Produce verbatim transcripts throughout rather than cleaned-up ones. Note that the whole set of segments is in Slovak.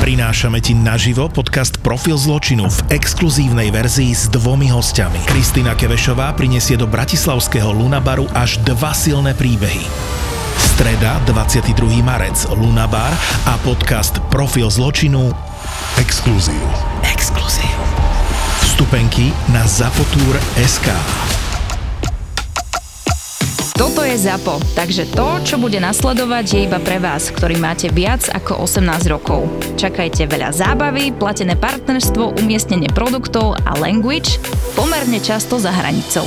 Prinášame ti naživo podcast Profil zločinu v exkluzívnej verzii s dvomi hostiami. Kristina Kevešová prinesie do bratislavského Lunabaru až dva silné príbehy. Streda, dvadsiateho druhého marca, Lunabar a podcast Profil zločinu Exkluzív. Exkluzív. Vstupenky na zapotur bodka es ká. Toto je ZAPO, takže to, čo bude nasledovať, je iba pre vás, ktorí máte viac ako osemnásť rokov. Čakajte veľa zábavy, platené partnerstvo, umiestnenie produktov a language pomerne často za hranicou.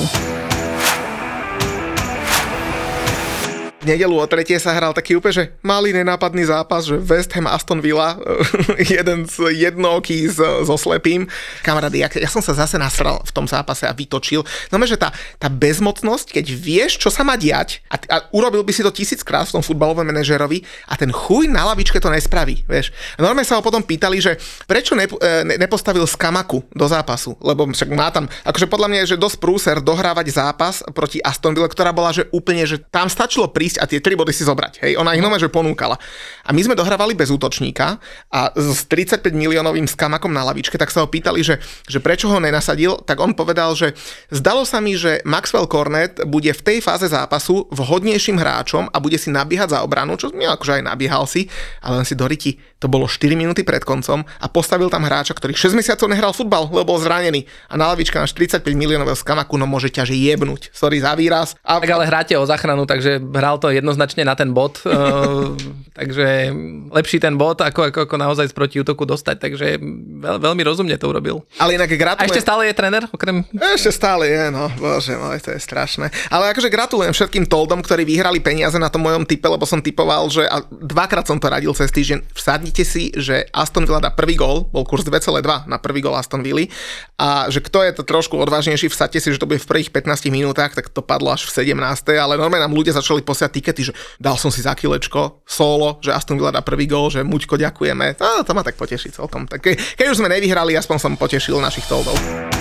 V nedeľu o tretej sa hral taký úplne, že malý nenápadný zápas, že West Ham Aston Villa, jeden z jednooký so, so slepým. Kamarády, ja, ja som sa zase nasral v tom zápase a vytočil. No že tá, tá bezmocnosť, keď vieš, čo sa má diať a, a urobil by si to tisíckrát v tom futbalovom manažérovi a ten chuj na lavičke to nespraví, vieš. Normálne sa ho potom pýtali, že prečo ne, ne, nepostavil Skamaku do zápasu, lebo však má tam, akože podľa mňa je, že dosť prúser dohrávať zápas proti Aston Ville, ktorá bola, že úplne, že tam stačilo prísť a tie tri body si zobrať. Hej, ona ich normálne, že ponúkala. A my sme dohrávali bez útočníka a s tridsaťpäť miliónovým Skamakom na lavičke, tak sa ho pýtali, že, že prečo ho nenasadil, tak on povedal, že zdalo sa mi, že Maxwell Cornet bude v tej fáze zápasu vhodnejším hráčom a bude si nabiehať za obranu, čo mi akože aj nabiehal si, ale len si do riti, to bolo štyri minúty pred koncom a postavil tam hráča, ktorý šesť mesiacov nehral futbal, lebo bol zranený. A na lavičke máš tridsaťpäť miliónového Skamaku, no môže ťa že jebnúť. Sorry za výraz. A... Tak ale hráte o záchranu, takže hral to jednoznačne na ten bod, uh, takže lepší ten bod, ako, ako, ako naozaj z protiútoku dostať, takže veľ, veľmi rozumne to urobil. Ale inak gratulujem. A ešte stále je tréner? Okrem... Ešte stále je, no, bože môj, to je strašné. Ale akože gratulujem všetkým toldom, ktorí vyhrali peniaze na tom mojom tipe, lebo som tipoval, že a dvakrát som to radil cez týždeň, vsadnite si, že Aston Villa dá prvý gól, bol kurz dva celé dva na prvý gól Aston Villa a že kto je to trošku odvážnejší, vsadte si, že to bude v prvých pätnástich minútach, tak to padlo až v sedemnástej, ale normálne nám ľudia začali posiať tikety, že dal som si za kilečko solo, že Aston Villa dá prvý gól, že Muďko, ďakujeme. No, to ma tak poteší celkom. Tak ke, keď už sme nevyhrali, aspoň som potešil našich toldov.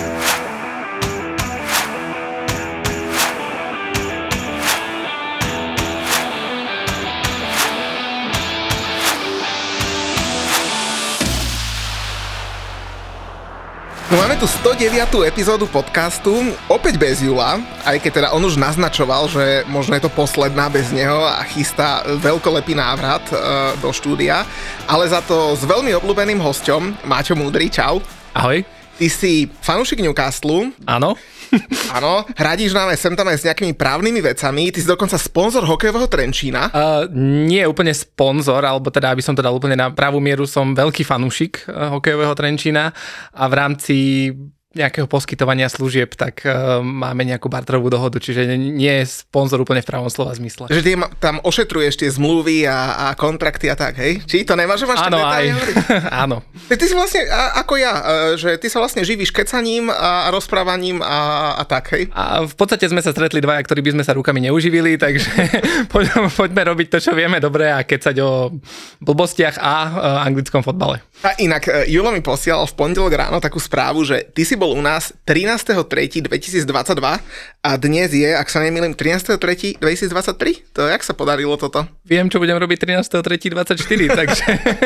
No máme tu stodeviatu epizódu podcastu, opäť bez Jula, aj keď teda on už naznačoval, že možno je to posledná bez neho a chystá veľkolepý návrat e, do štúdia, ale za to s veľmi obľúbeným hosťom, Máťo Múdry, čau. Ahoj. Ty si fanúšik Newcastlu. Áno. Áno, radíš nám aj sem tam aj s nejakými právnymi vecami, ty si dokonca sponzor hokejového Trenčína. Uh, nie úplne sponzor, alebo teda, aby som to dal úplne na pravú mieru, som veľký fanúšik uh, hokejového Trenčína a v rámci nejakého poskytovania služieb, tak uh, máme nejakú barterovú dohodu, čiže nie je sponzor úplne v pravom slova zmysle. Že ty tam ošetruješ tie zmluvy a, a kontrakty a tak, hej? Či to nemáš, že máš áno, aj. Áno. Ty si vlastne a, ako ja, že ty sa vlastne živíš kecaním a rozprávaním a, a tak, hej? A v podstate sme sa stretli dvaja, ktorí by sme sa rukami neuživili, takže poďme, poďme robiť to, čo vieme dobre a kecať o blbostiach a anglickom fotbale. A inak, Julo mi posielal v pondelok ráno takú správu, že ty si bol u nás trinásteho tretieho dvetisícdvadsaťdva a dnes je, ak sa nemýlim, trinásteho tretieho dvetisícdvadsaťtri? To jak sa podarilo toto? Viem, čo budem robiť trinásteho tretieho dvadsaťštyri, takže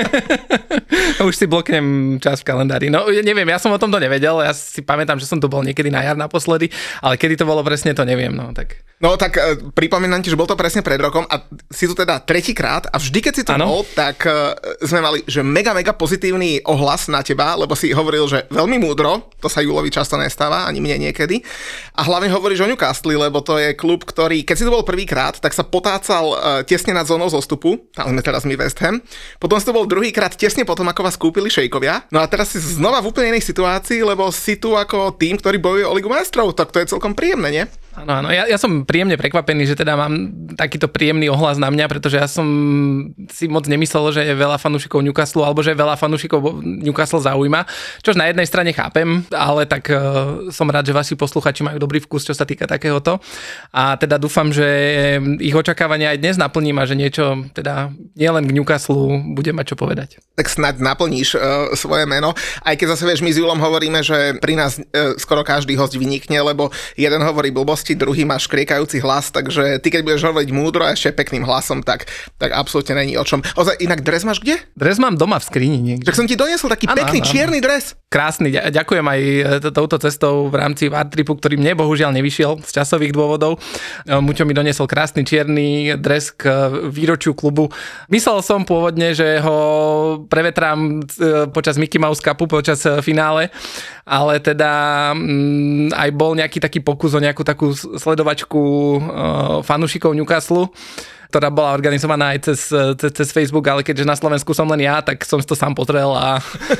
už si bloknem čas v kalendári. No neviem, ja som o tomto nevedel, ja si pamätám, že som tu bol niekedy na jar naposledy, ale kedy to bolo presne, to neviem, no tak. No tak uh, pripomínam ti, že bol to presne pred rokom a si tu teda tretíkrát a vždy, keď si tu ano. bol, tak uh, sme mali, že mega, mega pozitívny ohlas na teba, lebo si hovoril, že veľmi múdro, to sa Julovi často nestáva, ani mne niekedy. A hlavne hovoríš o Newcastle, lebo to je klub, ktorý, keď si tu bol prvýkrát, tak sa potácal uh, tesne nad zónou zostupu, tam sme teraz my West Ham. Potom si tu bol druhýkrát tesne potom, ako vás kúpili šejkovia. No a teraz si znova v úplne inej situácii, lebo si tu ako tým, ktorý bojuje o Ligu majstrov, tak to je celkom príjemné, nie? Áno, áno, ja, ja som príjemne prekvapený, že teda mám takýto príjemný ohlas na mňa, pretože ja som si moc nemyslel, že je veľa fanúšikov Newcastle, alebo že veľa fanúšikov Newcastle zaujíma, čož na jednej strane chápem, ale tak uh, som rád, že vaši posluchači majú dobrý vkus, čo sa týka takéhoto. A teda dúfam, že ich očakávania aj dnes naplním a že niečo teda nielen k Newcastle bude mať čo povedať. Tak snáď naplníš uh, svoje meno, aj keď zase vieš, my s Julom hovoríme, že pri nás uh, skoro každý host vynikne, lebo jeden hovorí blbosť, druhý má škriekajúce hrajúci hlas, takže ty keď budeš hovoriť múdro a ešte pekným hlasom, tak, tak absolútne není o čom. Ozaj, inak dres máš kde? Dres mám doma v skrini niekde. Tak som ti doniesol taký ano, pekný ano, čierny dres. Krásny, ďakujem aj touto cestou v rámci Wartripu, ktorý mne bohužiaľ nevyšiel z časových dôvodov. Muťo mi doniesol krásny čierny dres k výročiu klubu. Myslel som pôvodne, že ho prevetrám počas Mickey Mouse Cupu, počas finále, ale teda m, aj bol nejaký taký pokus o nejakú takú sledovačku uh, fanúšikov Newcastle, ktorá bola organizovaná aj cez, cez, cez Facebook, ale keďže na Slovensku som len ja, tak som si to sám pozrel a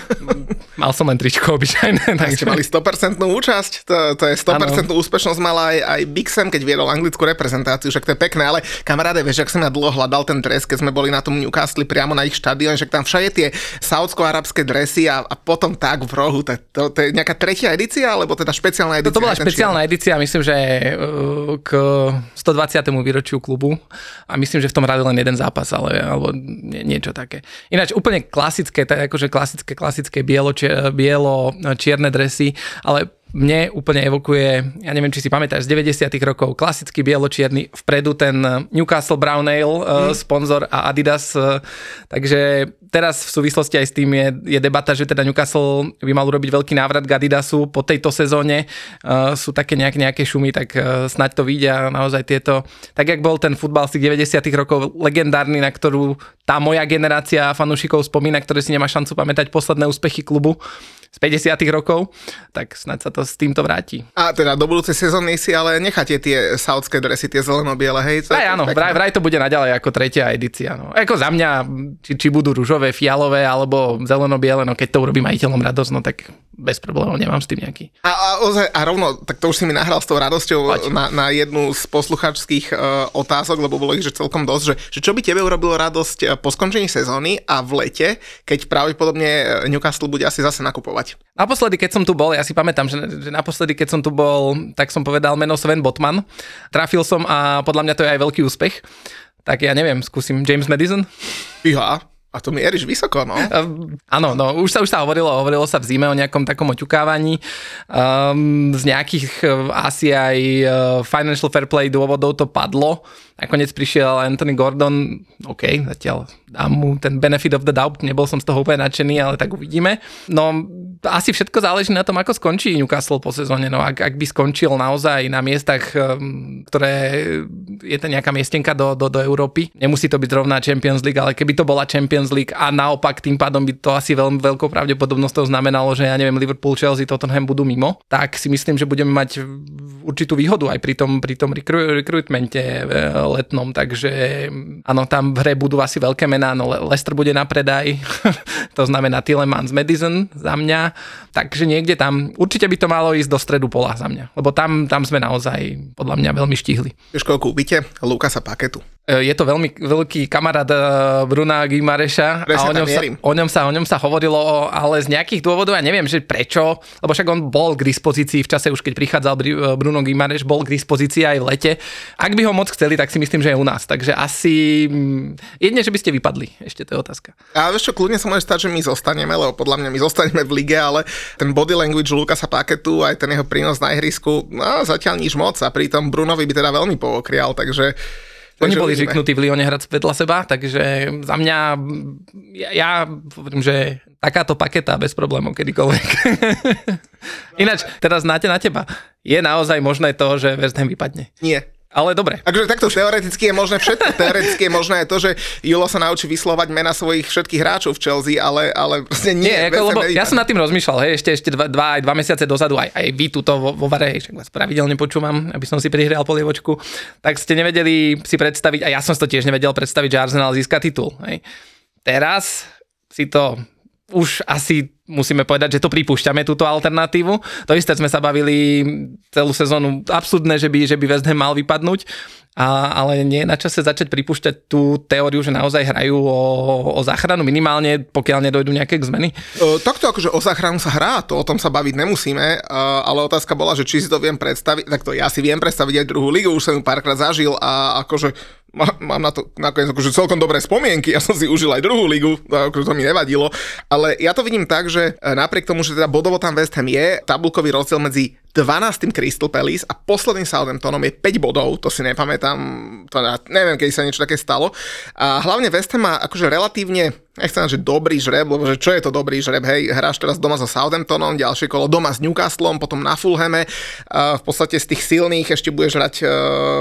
mal som len tričko obyčajné. Tak ste mali sto percent účasť, to, to je sto percent ano. Úspešnosť mala aj, aj Big Sam, keď viedol anglickú reprezentáciu, však to je pekné, ale kamaráde, vieš, ak som ja dlho hľadal ten dres, keď sme boli na tom Newcastle priamo na ich štadión, však tam všade tie saúdsko-arabské dresy a, a potom tak v rohu, to, to, to je nejaká tretia edícia, alebo teda špeciálna edícia? To, to bola špeciálna edícia, myslím, že k stodvadsiatemu výročiu klubu a myslím, že v tom hrali len jeden zápas, ale, alebo nie, niečo také. Ináč úplne klasické, tak akože klasické, klasické bielo, čier, bielo čierne dresy, ale mne úplne evokuje, ja neviem, či si pamätáš, z deväťdesiatych rokov, klasický bielo-čierny, vpredu ten Newcastle Brown Ale, mm. sponzor a Adidas, takže teraz v súvislosti aj s tým je, je debata, že teda Newcastle by mal urobiť veľký návrat k Adidasu po tejto sezóne, uh, sú také nejak, nejaké šumy, tak uh, snaď to vyjde a naozaj tieto, tak jak bol ten futbal z tých deväťdesiatych rokov legendárny, na ktorú tá moja generácia fanúšikov spomína, ktoré si nemá šancu pamätať posledné úspechy klubu z päťdesiatych rokov, tak snáď sa to s týmto vráti. A teda do budúcej sezóny si ale necháte tie saúdske dresy, tie zeleno-biele, hej? Vraj áno, vraj, vraj to bude naďalej ako tretia edícia. No. Ako za mňa, či, či budú ružové, fialové alebo zeleno-biele, no keď to urobí majiteľom radosť, no tak bez problémov, nemám s tým nejaký. A, a, a rovno, tak to už si mi nahral s tou radosťou na, na jednu z posluchačských uh, otázok, lebo bolo ich že celkom dosť, že, že čo by tebe urobilo radosť po skončení sezóny a v lete, keď pravdepodobne Newcastle bude asi zase nakupovať. Naposledy, keď som tu bol, ja si pamätám, že, že naposledy, keď som tu bol, tak som povedal meno Sven Botman. Trafil som a podľa mňa to je aj veľký úspech. Tak ja neviem, skúsim James Maddison. Iha. A to mi eriš vysoko, no? Uh, áno, no, už sa, už sa hovorilo, hovorilo sa v zime o nejakom takom oťukávaní. Um, z nejakých uh, asi aj uh, financial fair play dôvodov to padlo. Nakoniec prišiel Anthony Gordon, OK, zatiaľ dám mu ten benefit of the doubt, nebol som z toho úplne nadšený, ale tak uvidíme. No, asi všetko záleží na tom, ako skončí Newcastle po sezóne. No, ak, ak by skončil naozaj na miestach, um, ktoré je to nejaká miestenka do, do, do Európy, nemusí to byť rovná Champions League, ale keby to bola Champions League a naopak tým pádom by to asi veľmi veľkou pravdepodobnosťou znamenalo, že ja neviem, Liverpool, Chelsea, Tottenham budú mimo, tak si myslím, že budeme mať určitú výhodu aj pri tom, pri tom rekrutmente letnom, takže áno, tam v hre budú asi veľké mená, no Leicester bude na predaj, to znamená Tielemans, Maddison za mňa, takže niekde tam, určite by to malo ísť do stredu pola za mňa, lebo tam, tam sme naozaj podľa mňa veľmi štihli. Vieš, koľko kúpite? Lukasa Paketu. Je to veľmi veľký kamarát Bruna Guimareša a o ňom, sa, o, ňom sa, o ňom sa hovorilo, ale z nejakých dôvodov, ja neviem, že prečo, lebo však on bol k dispozícii v čase, už keď prichádzal Bruno Guimareš, bol k dispozícii aj v lete. Ak by ho moc chceli, tak si myslím, že je u nás. Takže asi jedne, že by ste vypadli. Ešte to je otázka. A vieš čo, kľudne sa môže stať, že my zostaneme, lebo podľa mňa my zostaneme v lige, ale ten body language Lukasa Paketu, aj ten jeho prínos na ihrisku, no zatiaľ nič moc a pritom Brunovi by teda veľmi pookrial, takže oni boli zvyknutí v Lyone hrať vedľa seba, takže za mňa, ja, ja hovorím, že takáto paketa bez problémov kedykoľvek. Ináč, teraz znáte na teba. Je naozaj možné to, že West Ham vypadne? Nie. Ale dobre. Takže takto teoreticky je možné všetko. Teoreticky je možné aj to, že Julo sa naučí vyslovať mena svojich všetkých hráčov v Chelsea, ale, ale proste nie. Nie, ako, lebo ja som nad tým rozmýšľal, hej, ešte, ešte dva, dva, aj dva mesiace dozadu, aj, aj vy tuto vo, vo Vare, však vás pravidelne počúvam, aby som si prihrial polievočku, tak ste nevedeli si predstaviť, a ja som si to tiež nevedel predstaviť, že Arsenal získa titul. Hej. Teraz si to už asi musíme povedať, že to pripúšťame, túto alternatívu. To isté sme sa bavili celú sezónu, absurdné, že by, že by West Ham mal vypadnúť, a, ale nie je na čase začať pripúšťať tú teóriu, že naozaj hrajú o, o záchranu minimálne, pokiaľ nedojdu nejaké zmeny. Uh, takto akože o záchranu sa hrá, to o tom sa baviť nemusíme, uh, ale otázka bola, že či si to viem predstaviť, takto ja si viem predstaviť aj druhú ligu, už som ju párkrát zažil a akože mám na to nakoniec akože celkom dobré spomienky, ja som si užil aj druhú ligu, akože to mi nevadilo, ale ja to vidím tak, že napriek tomu, že teda bodovo tam West Ham je, tabuľkový rozdiel medzi dvanásty Crystal Palace a posledným Southamptonom je päť bodov, to si nepamätám, to neviem, kedy sa niečo také stalo. A hlavne West Ham má akože relatívne, nechcem že dobrý žreb, lebo že čo je to dobrý žreb, hej, hráš teraz doma so Southamptonom, ďalšie kolo doma s Newcastlom, potom na Fulhame, a v podstate z tých silných ešte budeš hrať uh,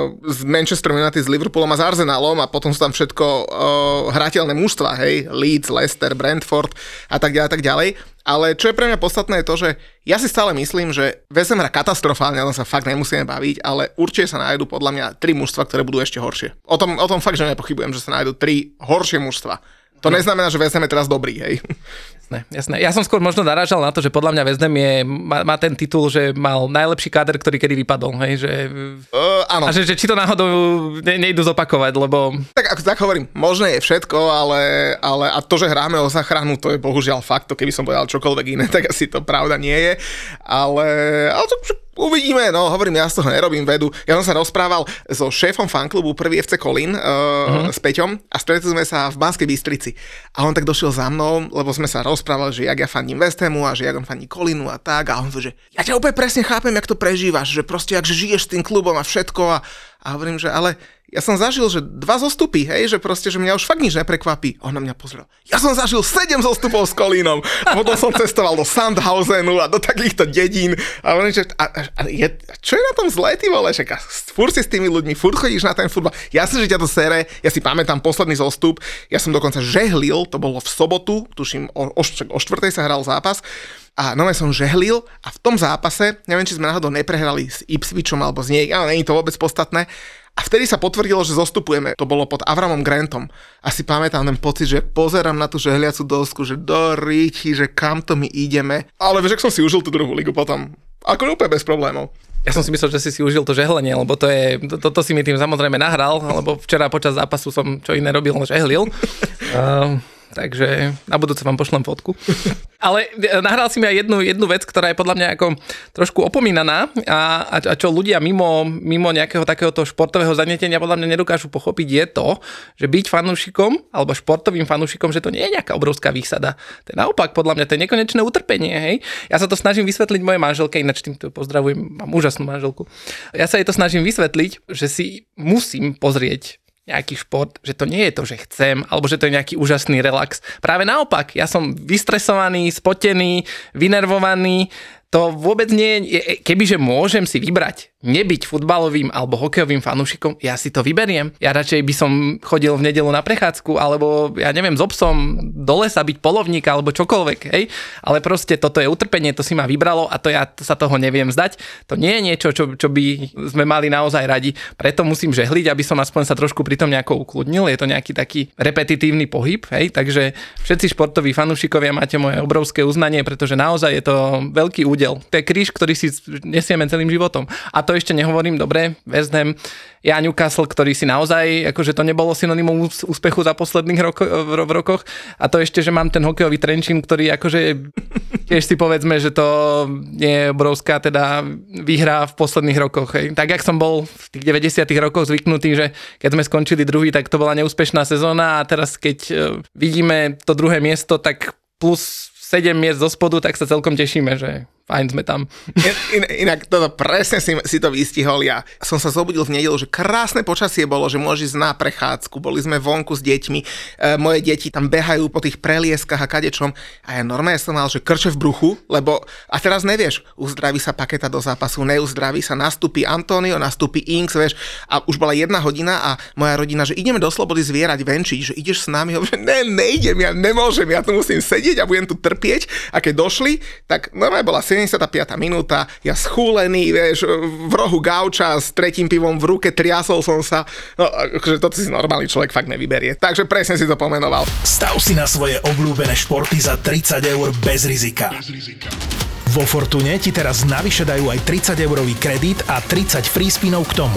s Manchester United, s Liverpoolom a s Arsenalom a potom sú tam všetko uh, hrateľné mužstva, hej, Leeds, Leicester, Brentford a tak ďalej, tak ďalej. Ale čo je pre mňa podstatné je to, že ja si stále myslím, že West Ham hrá katastrofálne, o tom sa fakt nemusíme baviť, ale určite sa nájdú podľa mňa tri mužstva, ktoré budú ešte horšie. O tom, o tom fakt, že nepochybujem, že sa nájdú tri horšie mužstva. To no. Neznamená, že West Ham je teraz dobrý, hej. Jasné, jasné. Ja som skôr možno narážal na to, že podľa mňa West Ham je, má, má ten titul, že mal najlepší káder, ktorý kedy vypadol, hej, že... Uh, áno. A že, že či to náhodou ne, nejdu zopakovať, lebo... Tak ako tak hovorím, možné je všetko, ale, ale a to, že hráme o záchranu, to je bohužiaľ fakt, to keby som povedal čokoľvek iné, tak asi to pravda nie je, ale... ale to, uvidíme, no hovorím, ja z toho nerobím vedu. Ja som sa rozprával so šéfom fanklubu prvý ef cé Kolín, uh, uh-huh. s Peťom a stretli sme sa v Banskej Bystrici. A on tak došiel za mnou, lebo sme sa rozprávali, že jak ja fandím West Hamu a že jak on fandí Kolínu a tak. A on to, že ja ťa úplne presne chápem, jak to prežívaš, že proste jak žiješ s tým klubom a všetko. A, a hovorím, že ale ja som zažil, že dva zostupy, hej, že proste, že mňa už fakt nič neprekvapí. On na mňa pozrel. Ja som zažil sedem zostupov s Kolínom. A potom som cestoval do Sandhausenu a do takýchto dedín. A hovorím, že a, a je, čo je na tom zlé, ty vole? Však furt si s tými ľuďmi, furt chodíš na ten futbal. Jasne, že ťa to sere. Ja si pamätám posledný zostup. Ja som dokonca žehlil, to bolo v sobotu, tuším, o, o, o štvrtej sa hral zápas. A nové som žehlil a v tom zápase, neviem, či sme náhodou neprehrali s Ipswichom alebo s niekým, ale nie je to vôbec podstatné. A vtedy sa potvrdilo, že zostupujeme. To bolo pod Avramom Grantom. A si pamätám ten pocit, že pozerám na tú žehliacu dosku, že do ríči, že kam to my ideme. Ale vieš, ak som si užil tú druhú ligu potom. Ako úplne bez problémov. Ja som si myslel, že si si užil to žehlenie, lebo to je, toto to, to si mi tým samozrejme nahral, lebo včera počas zápasu som čo iné robil, než žehlil. Uh... Takže na budúce vám pošlem fotku. Ale nahral si mi aj jednu, jednu vec, ktorá je podľa mňa ako trošku opomínaná a, a čo ľudia mimo, mimo nejakého takéhoto športového zanietenia podľa mňa nedokážu pochopiť je to, že byť fanúšikom alebo športovým fanúšikom, že to nie je nejaká obrovská výsada. To je naopak podľa mňa, to je nekonečné utrpenie. Hej? Ja sa to snažím vysvetliť mojej manželke, ináč týmto pozdravujem, mám úžasnú manželku. Ja sa jej to snažím vysvetliť, že si musím pozrieť nejaký šport, že to nie je to, že chcem, alebo že to je nejaký úžasný relax. Práve naopak, ja som vystresovaný, spotený, vynervovaný, to vôbec nie je, kebyže môžem si vybrať nebyť futbalovým alebo hokejovým fanúšikom, ja si to vyberiem. Ja radšej by som chodil v nedeľu na prechádzku, alebo ja neviem, s obsom do lesa byť polovník alebo čokoľvek, hej. Ale proste toto je utrpenie, to si ma vybralo a to ja sa toho neviem vzdať. To nie je niečo, čo, čo by sme mali naozaj radi. Preto musím žehliť, aby som aspoň sa trošku pri tom nejako ukludnil. Je to nejaký taký repetitívny pohyb, hej. Takže všetci športoví fanúšikovia máte moje obrovské uznanie, pretože naozaj je to veľký údel. To je kríž, ktorý si nesieme celým životom. A to ešte nehovorím, dobre, West Ham, ja Newcastle, ktorý si naozaj, akože to nebolo synonymum úspechu za posledných roko, v, v rokoch. A to ešte, že mám ten hokejový Trenčín, ktorý akože tiež si povedzme, že to nie je obrovská teda výhra v posledných rokoch. Hej. Tak, jak som bol v tých deväťdesiatych rokoch zvyknutý, že keď sme skončili druhý, tak to bola neúspešná sezóna a teraz keď vidíme to druhé miesto, tak plus sedem miest zo spodu, tak sa celkom tešíme, že fajn sme tam. In, in, inak toto presne si, si to vystihol. Ja som sa zobudil v nedeľu, že krásne počasie bolo, že môžeš ísť na prechádzku. Boli sme vonku s deťmi. E, moje deti tam behajú po tých prelieskach a kadečom. A ja normálne som mal, že krče v bruchu, lebo a teraz nevieš, uzdraví sa Paketa do zápasu, neuzdraví sa, nastúpi Antonio, nastúpi Inks, vieš. A už bola jedna hodina a moja rodina, že ideme do Slobody zvierať venčiť, že ideš s nami. Hovorím, že ne, nejdem, ja nemôžem, ja tu musím sedieť a budem tu trpieť. A keď došli, tak normálne bola sedemdesiata piata minúta, ja schúlený, vieš, v rohu gauča s tretím pivom v ruke, triasol som sa, no akože toto si normálny človek fakt nevyberie. Takže presne si to pomenoval. Stav si na svoje obľúbené športy za tridsať eur bez rizika. Bez rizika. Vo Fortune ti teraz navyše dajú aj tridsať eurový kredit a tridsať free spinov k tomu.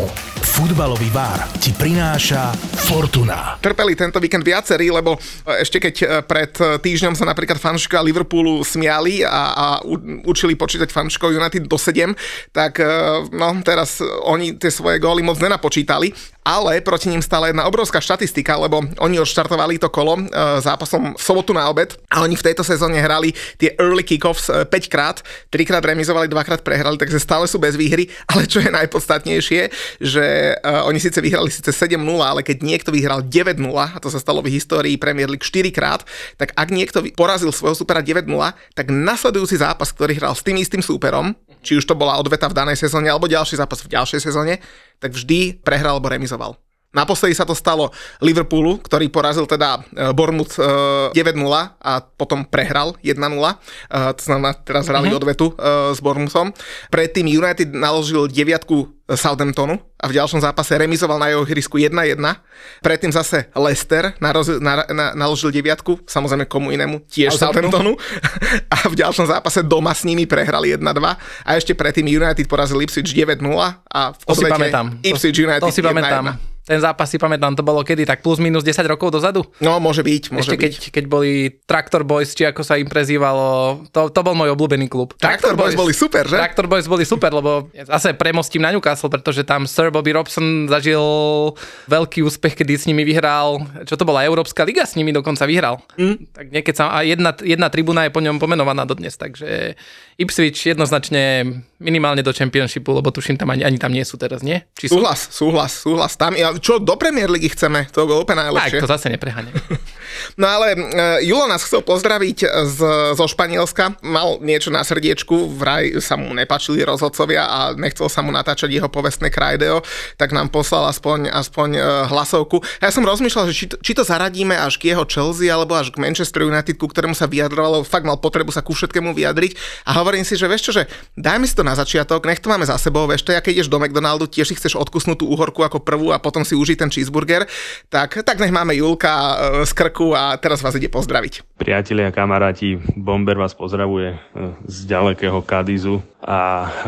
Futbalový vár ti prináša Fortuna. Trpeli tento víkend viacerí, lebo ešte keď pred týždňom sa napríklad fanúšikovia Liverpoolu smiali a, a učili počítať fanúšikov United do sedem, tak no teraz oni tie svoje góly moc nenapočítali, ale proti ním stále jedna obrovská štatistika, lebo oni odštartovali to kolo zápasom v sobotu na obed a oni v tejto sezóne hrali tie early kickoffs päť krát, tri krát remizovali, dva krát prehrali, takže stále sú bez výhry, ale čo je najpodstatnejšie, že uh, oni síce vyhrali síce sedem nula, ale keď niekto vyhral deväť nula, a to sa stalo v histórii Premier League štyri krát, tak ak niekto porazil svojho supera deväť nula, tak nasledujúci zápas, ktorý hral s tým istým súperom, či už to bola odveta v danej sezóne, alebo ďalší zápas v ďalšej sezóne, tak vždy prehral alebo remizoval. Naposledy sa to stalo Liverpoolu, ktorý porazil teda Bournemouth deväť nula a potom prehral jedna nula. To znamená, teraz hrali mm-hmm. odvetu s Bournemouthom. Predtým United naložil deviatku Southamptonu a v ďalšom zápase remizoval na jeho ihrisku jedna jedna. Predtým zase Leicester naroz, na, na, naložil deviatku, samozrejme komu inému, tiež Southamptonu. A v ďalšom zápase doma s nimi prehrali jedna dva. A ešte predtým United porazil Ipswich deväť nula a v odvete Ipswich United to si pamätám. Ten zápas si pamätám, to bolo kedy, tak plus minus desať rokov dozadu? No, môže byť, môže Ešte byť. keď, keď boli Tractor Boys, či ako sa im prezývalo, to, to bol môj obľúbený klub. Tractor, Tractor Boys, Boys boli super, že? Tractor Boys boli super, lebo zase premostím na Newcastle, pretože tam Sir Bobby Robson zažil veľký úspech, kedy s nimi vyhral, čo to bola, Európska liga s nimi dokonca vyhral. Mm. Tak niekedy sa, a jedna, jedna tribúna je po ňom pomenovaná dodnes, takže Ipswich jednoznačne minimálne do Championshipu, lebo tuším tam ani, ani tam nie sú teraz, nie? Či sú? Súhlas, súhlas, súhlas. Tam, ja, čo do Premier Ligy chceme, to bolo úplne najlepšie. Tak, to zase nepreháňam. No ale uh, Julo nás chcel pozdraviť z, zo Španielska, mal niečo na srdiečku, vraj sa mu nepáčili rozhodcovia a nechcel sa mu natáčať jeho povestné krajdeo, tak nám poslal aspoň, aspoň uh, hlasovku. A ja som rozmýšľal, že či to, či to zaradíme až k jeho Chelsea alebo až k Manchester United, ku ktorému sa vyjadroval, fakt mal potrebu sa ku všetkému vyjadriť a hovorím si, že vieš čo, že dajme si to na začiatok, nech to máme za sebou, vieš to, ja keď ideš do McDonaldu, tiež si chceš odkusnúť tú uhorku ako prvú a potom si užiť ten cheeseburger, tak, tak nech máme Julka z krku a teraz vás ide pozdraviť. Priatelia, kamaráti, Bomber vás pozdravuje z ďalekého Kadizu a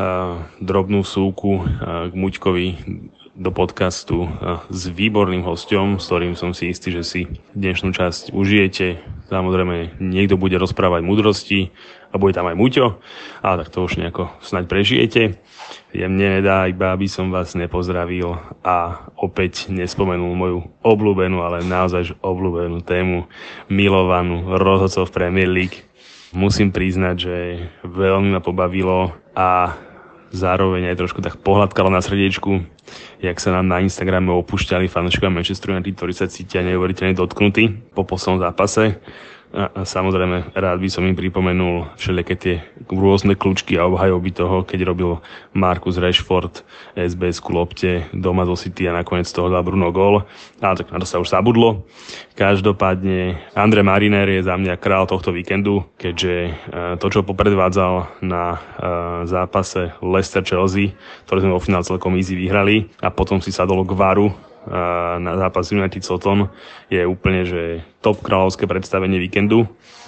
drobnú súku k Muďkovi do podcastu s výborným hosťom, s ktorým som si istý, že si dnešnú časť užijete. Samozrejme, niekto bude rozprávať múdrosti a bude tam aj Muťo, ale tak to už nejako snáď prežijete. Ja mne nedá, iba aby som vás nepozdravil a opäť nespomenul moju obľúbenú, ale naozaj obľúbenú tému, milovanú rozhodcov v Premier League. Musím priznať, že veľmi ma pobavilo a zároveň aj trošku tak pohľadkalo na srdiečku, jak sa nám na Instagrame opúšťali fanúšikovia Manchester United, ktorí sa cítia neuveriteľne dotknutí po poslednom zápase. A samozrejme, rád by som im pripomenul všelijaké tie rôzne kľúčky a obhajoby toho, keď robil Marcus Rashford es bé es ku lopte doma zo City a nakoniec toho dal Bruno gól. Ale tak na to sa už zabudlo. Každopádne Andre Mariner je za mňa král tohto víkendu, keďže to, čo popredvádzal na zápase Leicester-Chelsea, ktoré sme vo finále celkom easy vyhrali a potom si sadol k varu na zápas United Soton, je úplne, že top kráľovské predstavenie víkendu.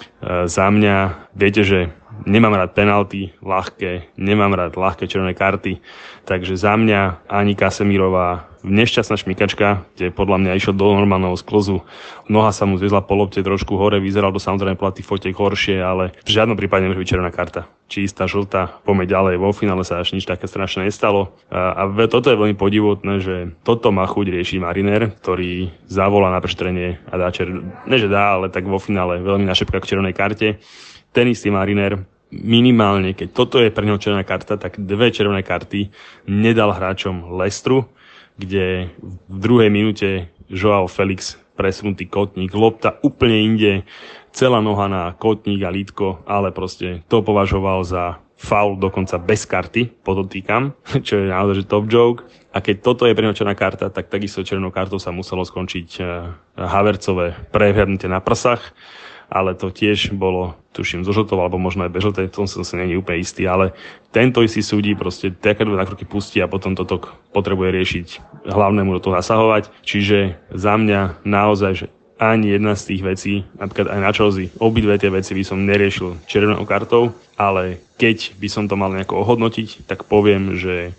Za mňa, viete, že nemám rád penalty ľahké, nemám rád ľahké červené karty, takže za mňa ani Casemirová nešťastná šmykačka, kde podľa mňa išiel do normálneho sklzu, noha sa mu zviezla po lopte trošku hore, vyzeral to samozrejme podľa tých fotiek horšie, ale v žiadnom prípade nemôže byť červená karta. Čistá, žltá, poďme ďalej, vo finále sa až nič také strašné nestalo. A, a toto je veľmi podivotné, že toto má chuť riešiť Mariner, ktorý zavolá na prešetrenie a dá čer... ne že dá, ale tak vo finále veľmi našepká k červenej karte. Ten istý Mariner minimálne, keď toto je pre neho červená karta, tak dve červené karty nedal hráčom Leicesteru, kde v druhej minúte Joao Felix presunutý kotník, lopta úplne inde, celá noha na kotník a lítko, ale proste to považoval za faul dokonca bez karty, podotýkam, čo je naozaj že top joke. A keď toto je pre neho červená karta, tak takisto červenou kartou sa muselo skončiť Havertzové prehľadnutie na prsách, ale to tiež bolo, tuším, zo žltou, alebo možno aj bez žltej, to som sa nie úplne istý, ale tento istý súdi proste také dve nakroky pustí a potom toto potrebuje riešiť, hlavnému do toho zasahovať. Čiže za mňa naozaj, že ani jedna z tých vecí, napríklad aj na Chelsea, obidve tie veci by som neriešil červenou kartou, ale keď by som to mal nejako ohodnotiť, tak poviem, že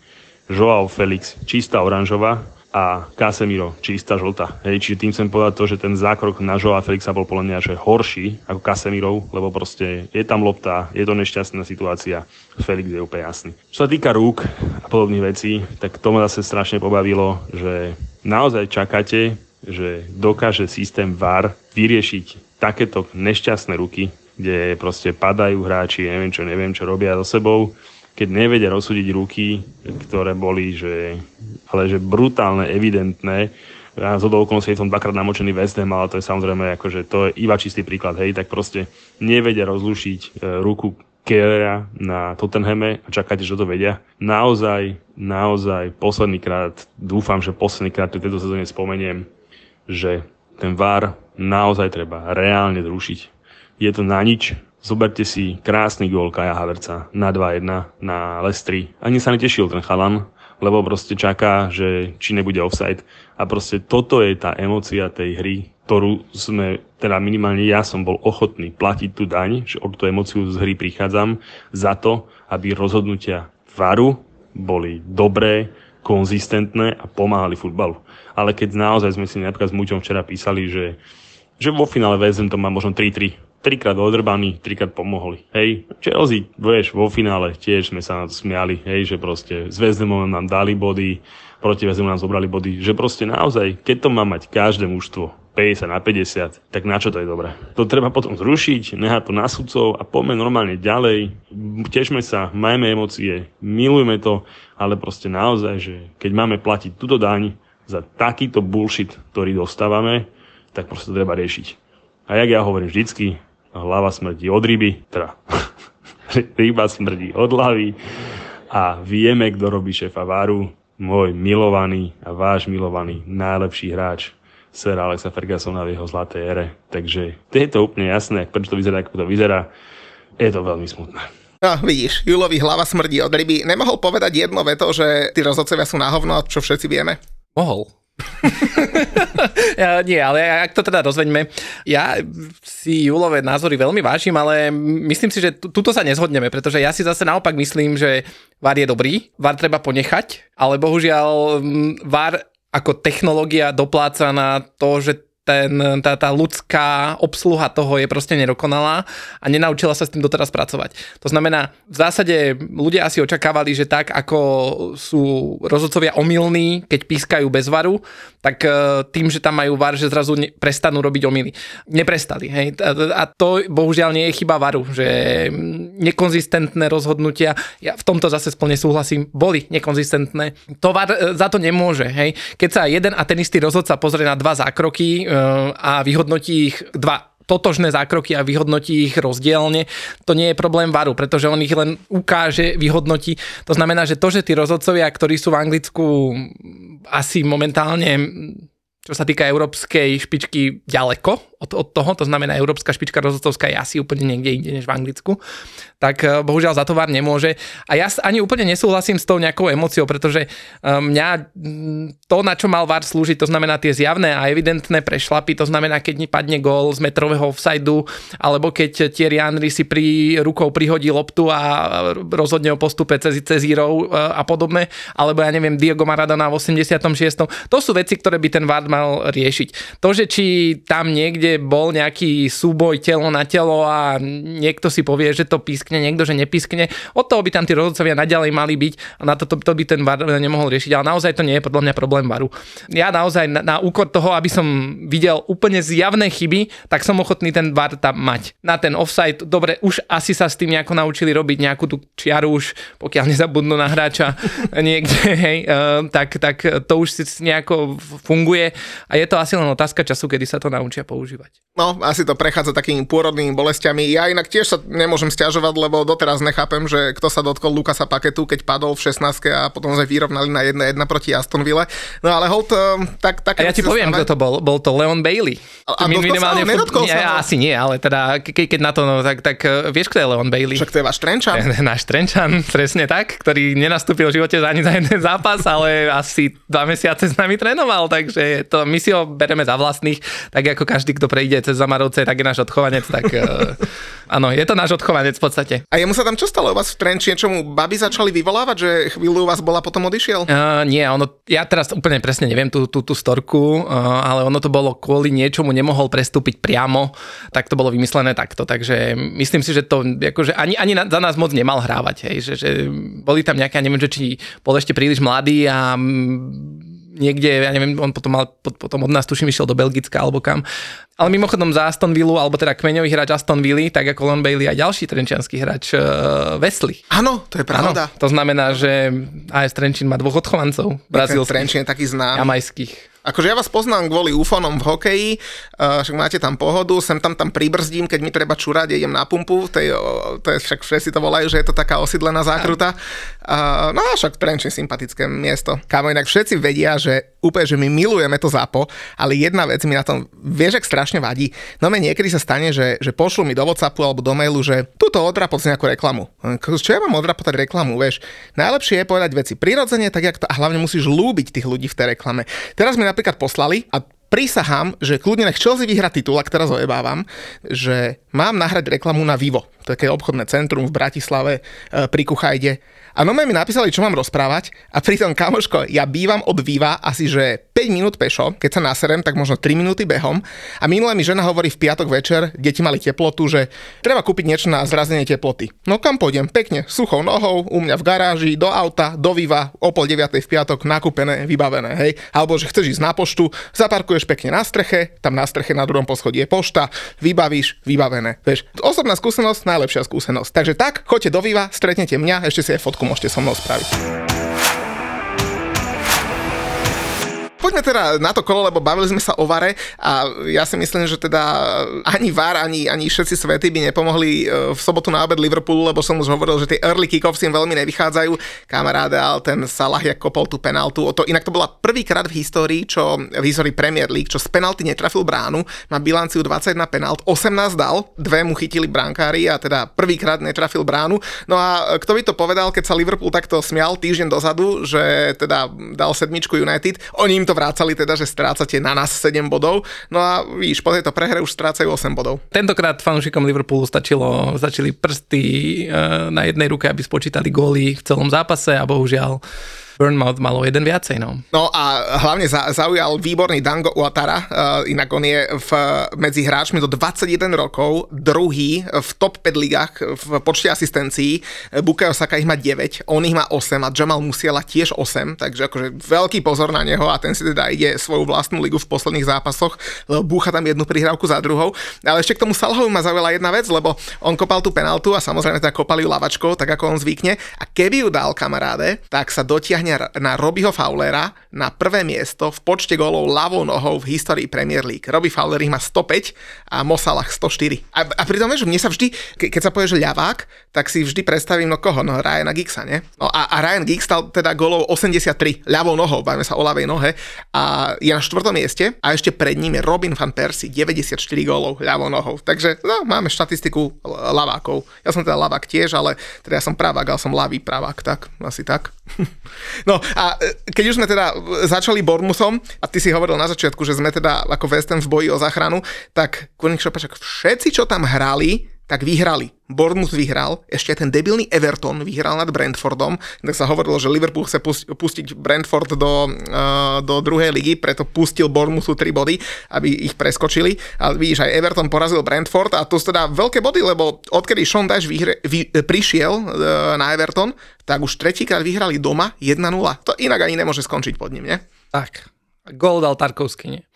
Joao Felix čistá oranžová a Casemiro čistá žltá. Hej, čiže tým chcem povedať to, že ten zákrok na Joao Felixa bol podľa mňa že horší ako Casemirov, lebo proste je tam lopta, je to nešťastná situácia. Felix je úplne jasný. Čo sa týka rúk a podobných vecí, tak to ma zase strašne pobavilo, že naozaj čakáte, že dokáže systém vé á er vyriešiť takéto nešťastné ruky, kde proste padajú hráči, neviem čo, neviem čo robia so sebou, keď nevedia rozsúdiť ruky, ktoré boli, že, ale že brutálne, evidentné. Ja z okolností som dvakrát namočený West Ham, ale to je samozrejme akože to je iba čistý príklad, hej, tak proste nevedia rozlúšiť ruku Kellera na Tottenhame a čakáte, že to vedia. Naozaj, naozaj posledný krát, dúfam, že posledný krát v tejto sezóne spomeniem, že ten vé á er naozaj treba reálne zrušiť. Je to na nič. Zoberte si krásny gól Kaja Havertza na dva jedna na Leicesteri. Ani sa netešil ten chalan, lebo proste čaká, že či nebude offside. A proste toto je tá emócia tej hry, ktorú sme, teda minimálne ja som bol ochotný platiť tú daň, že o tú emóciu z hry prichádzam, za to, aby rozhodnutia vé á eru boli dobré, konzistentné a pomáhali futbalu. Ale keď naozaj sme si napríklad s Muťom včera písali, že, že vo finále West Ham to má možno tri tri, trikrát odrbaný, trikrát pomohli. Hej, Chelsea, vieš, vo finále tiež sme sa na to smiali, hej, že proste s West Hamom nám dali body, proti West Hamu nám zobrali body, že proste naozaj, keď to má mať každé mužstvo päťdesiat na päťdesiat, tak na čo to je dobré? To treba potom zrušiť, nehať to na sudcov a poďme normálne ďalej, tešme sa, majme emócie, milujme to, ale proste naozaj, že keď máme platiť túto daň za takýto bullshit, ktorý dostávame, tak proste to treba riešiť. A jak ja hovorím vždycky, hlava smrdí od ryby, teda ryba smrdí od hlavy a vieme, kto robí šéfa vé á eru, môj milovaný a váš milovaný najlepší hráč Sir Alexa Fergusona v jeho zlatej ére. Takže to je to úplne jasné, prečo to vyzerá, ako to vyzerá. Je to veľmi smutné. No, vidíš, Julovi hlava smrdí od ryby. Nemohol povedať jedno veto, že tí rozhodcovia sú na hovno, čo všetci vieme? Mohol. ja, nie, ale ak to teda rozveďme, ja si Julové názory veľmi vážim, ale myslím si, že t- tuto sa nezhodneme, pretože ja si zase naopak myslím, že vé á er je dobrý, vé á er treba ponechať, ale bohužiaľ vé á er ako technológia dopláca na to, že ten, tá, tá ľudská obsluha toho je proste nedokonalá a nenaučila sa s tým doteraz pracovať. To znamená, v zásade ľudia asi očakávali, že tak ako sú rozhodcovia omylní, keď pískajú bez varu, tak tým, že tam majú var, že zrazu ne, prestanú robiť omyly. Neprestali. Hej? A to bohužiaľ nie je chyba varu, že nekonzistentné rozhodnutia, ja v tomto zase plne súhlasím, boli nekonzistentné. To var za to nemôže. Hej? Keď sa jeden a ten istý rozhodca pozrie na dva zákroky a vyhodnotí ich dva totožné zákroky a vyhodnotí ich rozdielne, to nie je problém varu, pretože on ich len ukáže, vyhodnotí. To znamená, že to, že tí rozhodcovia, ktorí sú v Anglicku asi momentálne, čo sa týka európskej špičky, ďaleko od, od toho, to znamená, európska špička rozhodcovská je asi úplne niekde inde než v Anglicku, tak bohužiaľ za to vé á er nemôže. A ja ani úplne nesúhlasím s tou nejakou emóciou, pretože mňa to, na čo mal vé á er slúžiť, to znamená tie zjavné a evidentné prešlapy, to znamená, keď padne gól z metrového offsideu, alebo keď Thierry Henry si pri rukou prihodí loptu a rozhodne o postupe cez, cez Irov a podobné, alebo ja neviem, Diego Maradona v osemdesiatom šiestom To sú veci, ktoré by ten vé á er mal riešiť. To, že či tam niekde bol nejaký súboj telo na telo a niekto si povie, že to pískne, niekto, že nepískne, od toho by tam tí rozhodcovia naďalej mali byť a na to, to, to by ten vé á er nemohol riešiť, ale naozaj to nie je podľa mňa problém vé á eru. Ja naozaj na, na úkor toho, aby som videl úplne zjavné chyby, tak som ochotný ten vé á er tam mať. Na ten offside, dobre, už asi sa s tým nejako naučili robiť nejakú tú čiaru už, pokiaľ nezabudnú na hráča niekde, hej, uh, tak, tak to už si nejako funguje a je to asi len otázka času, kedy sa to naučia používať. No, asi to prechádza takými pôrodnými bolestiami. Ja inak tiež sa nemôžem sťažovať, lebo doteraz nechápem, že kto sa dotkol Lukasa Paketu, keď padol v šestnástke a potom sa vyrovnali na jedna jedna proti Aston Ville. No ale hold, tak... tak a ja ti poviem, kto to bol. Bol to Leon Bailey. A, a dotkol sa, fut... nedotkol sa? Ja, asi nie, ale teda, ke, keď na to, no, tak, tak vieš, kto je Leon Bailey? Však to je váš Trenčan. Náš Trenčan, presne tak, ktorý nenastúpil v živote ani za jeden zápas, ale asi dva mesiace s nami trénoval, takže to, my si ho bereme za vlastných, tak ako každý, kto prejde cez Zamarovce, tak je náš odchovanec, tak áno, je to náš odchovanec v podstate. A jemu sa tam čo stalo u vás v Trenčíne, čo mu baby začali vyvolávať, že chvíľu u vás bola, potom odišiel? Uh, nie, ono, ja teraz úplne presne neviem tú, tú, tú storku, uh, ale ono to bolo kvôli niečomu, nemohol prestúpiť priamo, tak to bolo vymyslené takto, takže myslím si, že to akože ani, ani na, za nás moc nemal hrávať, hej, že, že boli tam nejaké, neviem, že či bol ešte príliš mladý a niekde, ja neviem, on potom mal, potom od nás tuším išiel do Belgicka alebo kam. Ale mimochodom za Aston Villa, alebo teda kmeňový hráč Aston Villa, tak ako Lon Bailey a ďalší trenčiansky hráč uh, Wesley. Áno, to je pravda. Ano, to znamená, že á es Trenčín má dvoch odchovancov brazílskych. Trenčín je taký znám. Jamajských. Akože ja vás poznám kvôli úfonom v hokeji, uh, však máte tam pohodu, sem tam tam pribrzdím, keď mi treba čurať, idem na pumpu, tej, uh, to je však všetci to volajú, že je to taká osídlená zákruta. Uh, no a však Trenčín sympatické miesto. Kámo, inak všetci vedia, že úplne, že my milujeme to zápo, ale jedna vec mi na tom, vieš, ak strašne vadí. No mne niekedy sa stane, že, že pošlu mi do WhatsAppu alebo do mailu, že túto odrapot si nejakú reklamu. Čo ja mám odrapotať reklamu, vieš? Najlepšie je povedať veci prirodzene, tak jak to, a hlavne musíš ľúbiť tých ľudí v tej reklame. Teraz mi napríklad poslali a prisahám, že kľudne nech Chelsea vyhrá titul, ak teraz ojebávam, že mám nahrať reklamu na Vivo, také obchodné centrum v Bratislave pri Kuchajde. A no mi napísali, čo mám rozprávať a pritom, kamoško, ja bývam od Viva asi, že päť minút pešo, keď sa naserem, tak možno tri minúty behom. A minule mi žena hovorí v piatok večer, deti mali teplotu, že treba kúpiť niečo na zrazenie teploty. No kam pôjdem? Pekne, suchou nohou, u mňa v garáži, do auta, do Viva, o pol deviatej v piatok, nakúpené, vybavené, hej. Alebo že chceš ísť na poštu, zaparkuješ pekne na streche, tam na streche na druhom poschodí je pošta, vybavíš, vybavené. Vieš, osobná skúsenosť, najlepšia skúsenosť. Takže tak, choďte do Viva, stretnete mňa, ešte si aj fotku môžete so mnou spraviť. Poďme teda na to kolo, lebo bavili sme sa o vare a ja si myslím, že teda ani var, ani, ani všetci svety by nepomohli v sobotu na obed Liverpoolu, lebo som už hovoril, že tie early kick-offs im veľmi nevychádzajú. Kamaráde, ale ten Salah jak kopol tú penaltu. O to, inak to bola prvýkrát v histórii, čo v histórii Premier League, čo z penalty netrafil bránu, má bilanciu dvadsaťjeden penalt, osemnásť dal, dve mu chytili brankári a teda prvýkrát netrafil bránu. No a kto by to povedal, keď sa Liverpool takto smial týždeň dozadu, že teda dal sedmičku United, oni im to vrácali teda, že strácate na nás sedem bodov. No a víš, po tejto prehre už strácajú osem bodov. Tentokrát fanúšikom Liverpoolu stačilo, stačili prsty na jednej ruke, aby spočítali góly v celom zápase a bohužiaľ Bournemouth malo jeden viacej, no. No a hlavne za, zaujal výborný Dango Ouattara, uh, inak on je v, medzi hráčmi do dvadsaťjeden rokov, druhý v top päť ligách v počte asistencií. Bukayo Saka ich má deväť, on ich má osem a Jamal Musiala tiež osem, takže akože veľký pozor na neho a ten si teda ide svoju vlastnú ligu v posledných zápasoch, lebo búcha tam jednu prihrávku za druhou. Ale ešte k tomu Salahovi ma zaujala jedna vec, lebo on kopal tú penaltu a samozrejme teda kopali ju lavačkou, tak ako on zvykne. A keby ju dal, kamaráde, tak sa dotiahne na Robbieho Fowlera na prvé miesto v počte gólov ľavou nohou v histórii Premier League. Robbie Fowler ich má stopäť a Mo Salah stoštyri. A, a pritom, vieš, mne sa vždy, ke, keď sa povie, že ľavák, tak si vždy predstavím, no koho? No Ryana Giggsa, ne? No a, a Ryan Giggs stal teda gólov osemdesiattri ľavou nohou, bavíme sa o ľavej nohe a je na štvrtom mieste a ešte pred ním je Robin van Persie, deväťdesiatštyri gólov ľavou nohou. Takže no, máme štatistiku ľavákov. Ja som teda ľavák tiež, ale teda ja som pravák, ale som ľavý pravák, tak asi tak. No a keď už sme teda začali Bournemouthom a ty si hovoril na začiatku, že sme teda ako West Ham v boji o záchranu, tak Kurník Šopačak, všetci, čo tam hrali, tak vyhrali. Bournemouth vyhral, ešte ten debilný Everton vyhral nad Brentfordom, tak sa hovorilo, že Liverpool chce pustiť Brentford do, uh, do druhej ligy, preto pustil Bournemouthu tri body, aby ich preskočili. A vidíš, aj Everton porazil Brentford a to sú teda veľké body, lebo odkedy Sean Dyche vyhre, vy, prišiel uh, na Everton, tak už tretíkrát vyhrali doma jeden nula. To inak ani nemôže skončiť pod ním, nie? Tak. Gól dal Tarkovský, nie?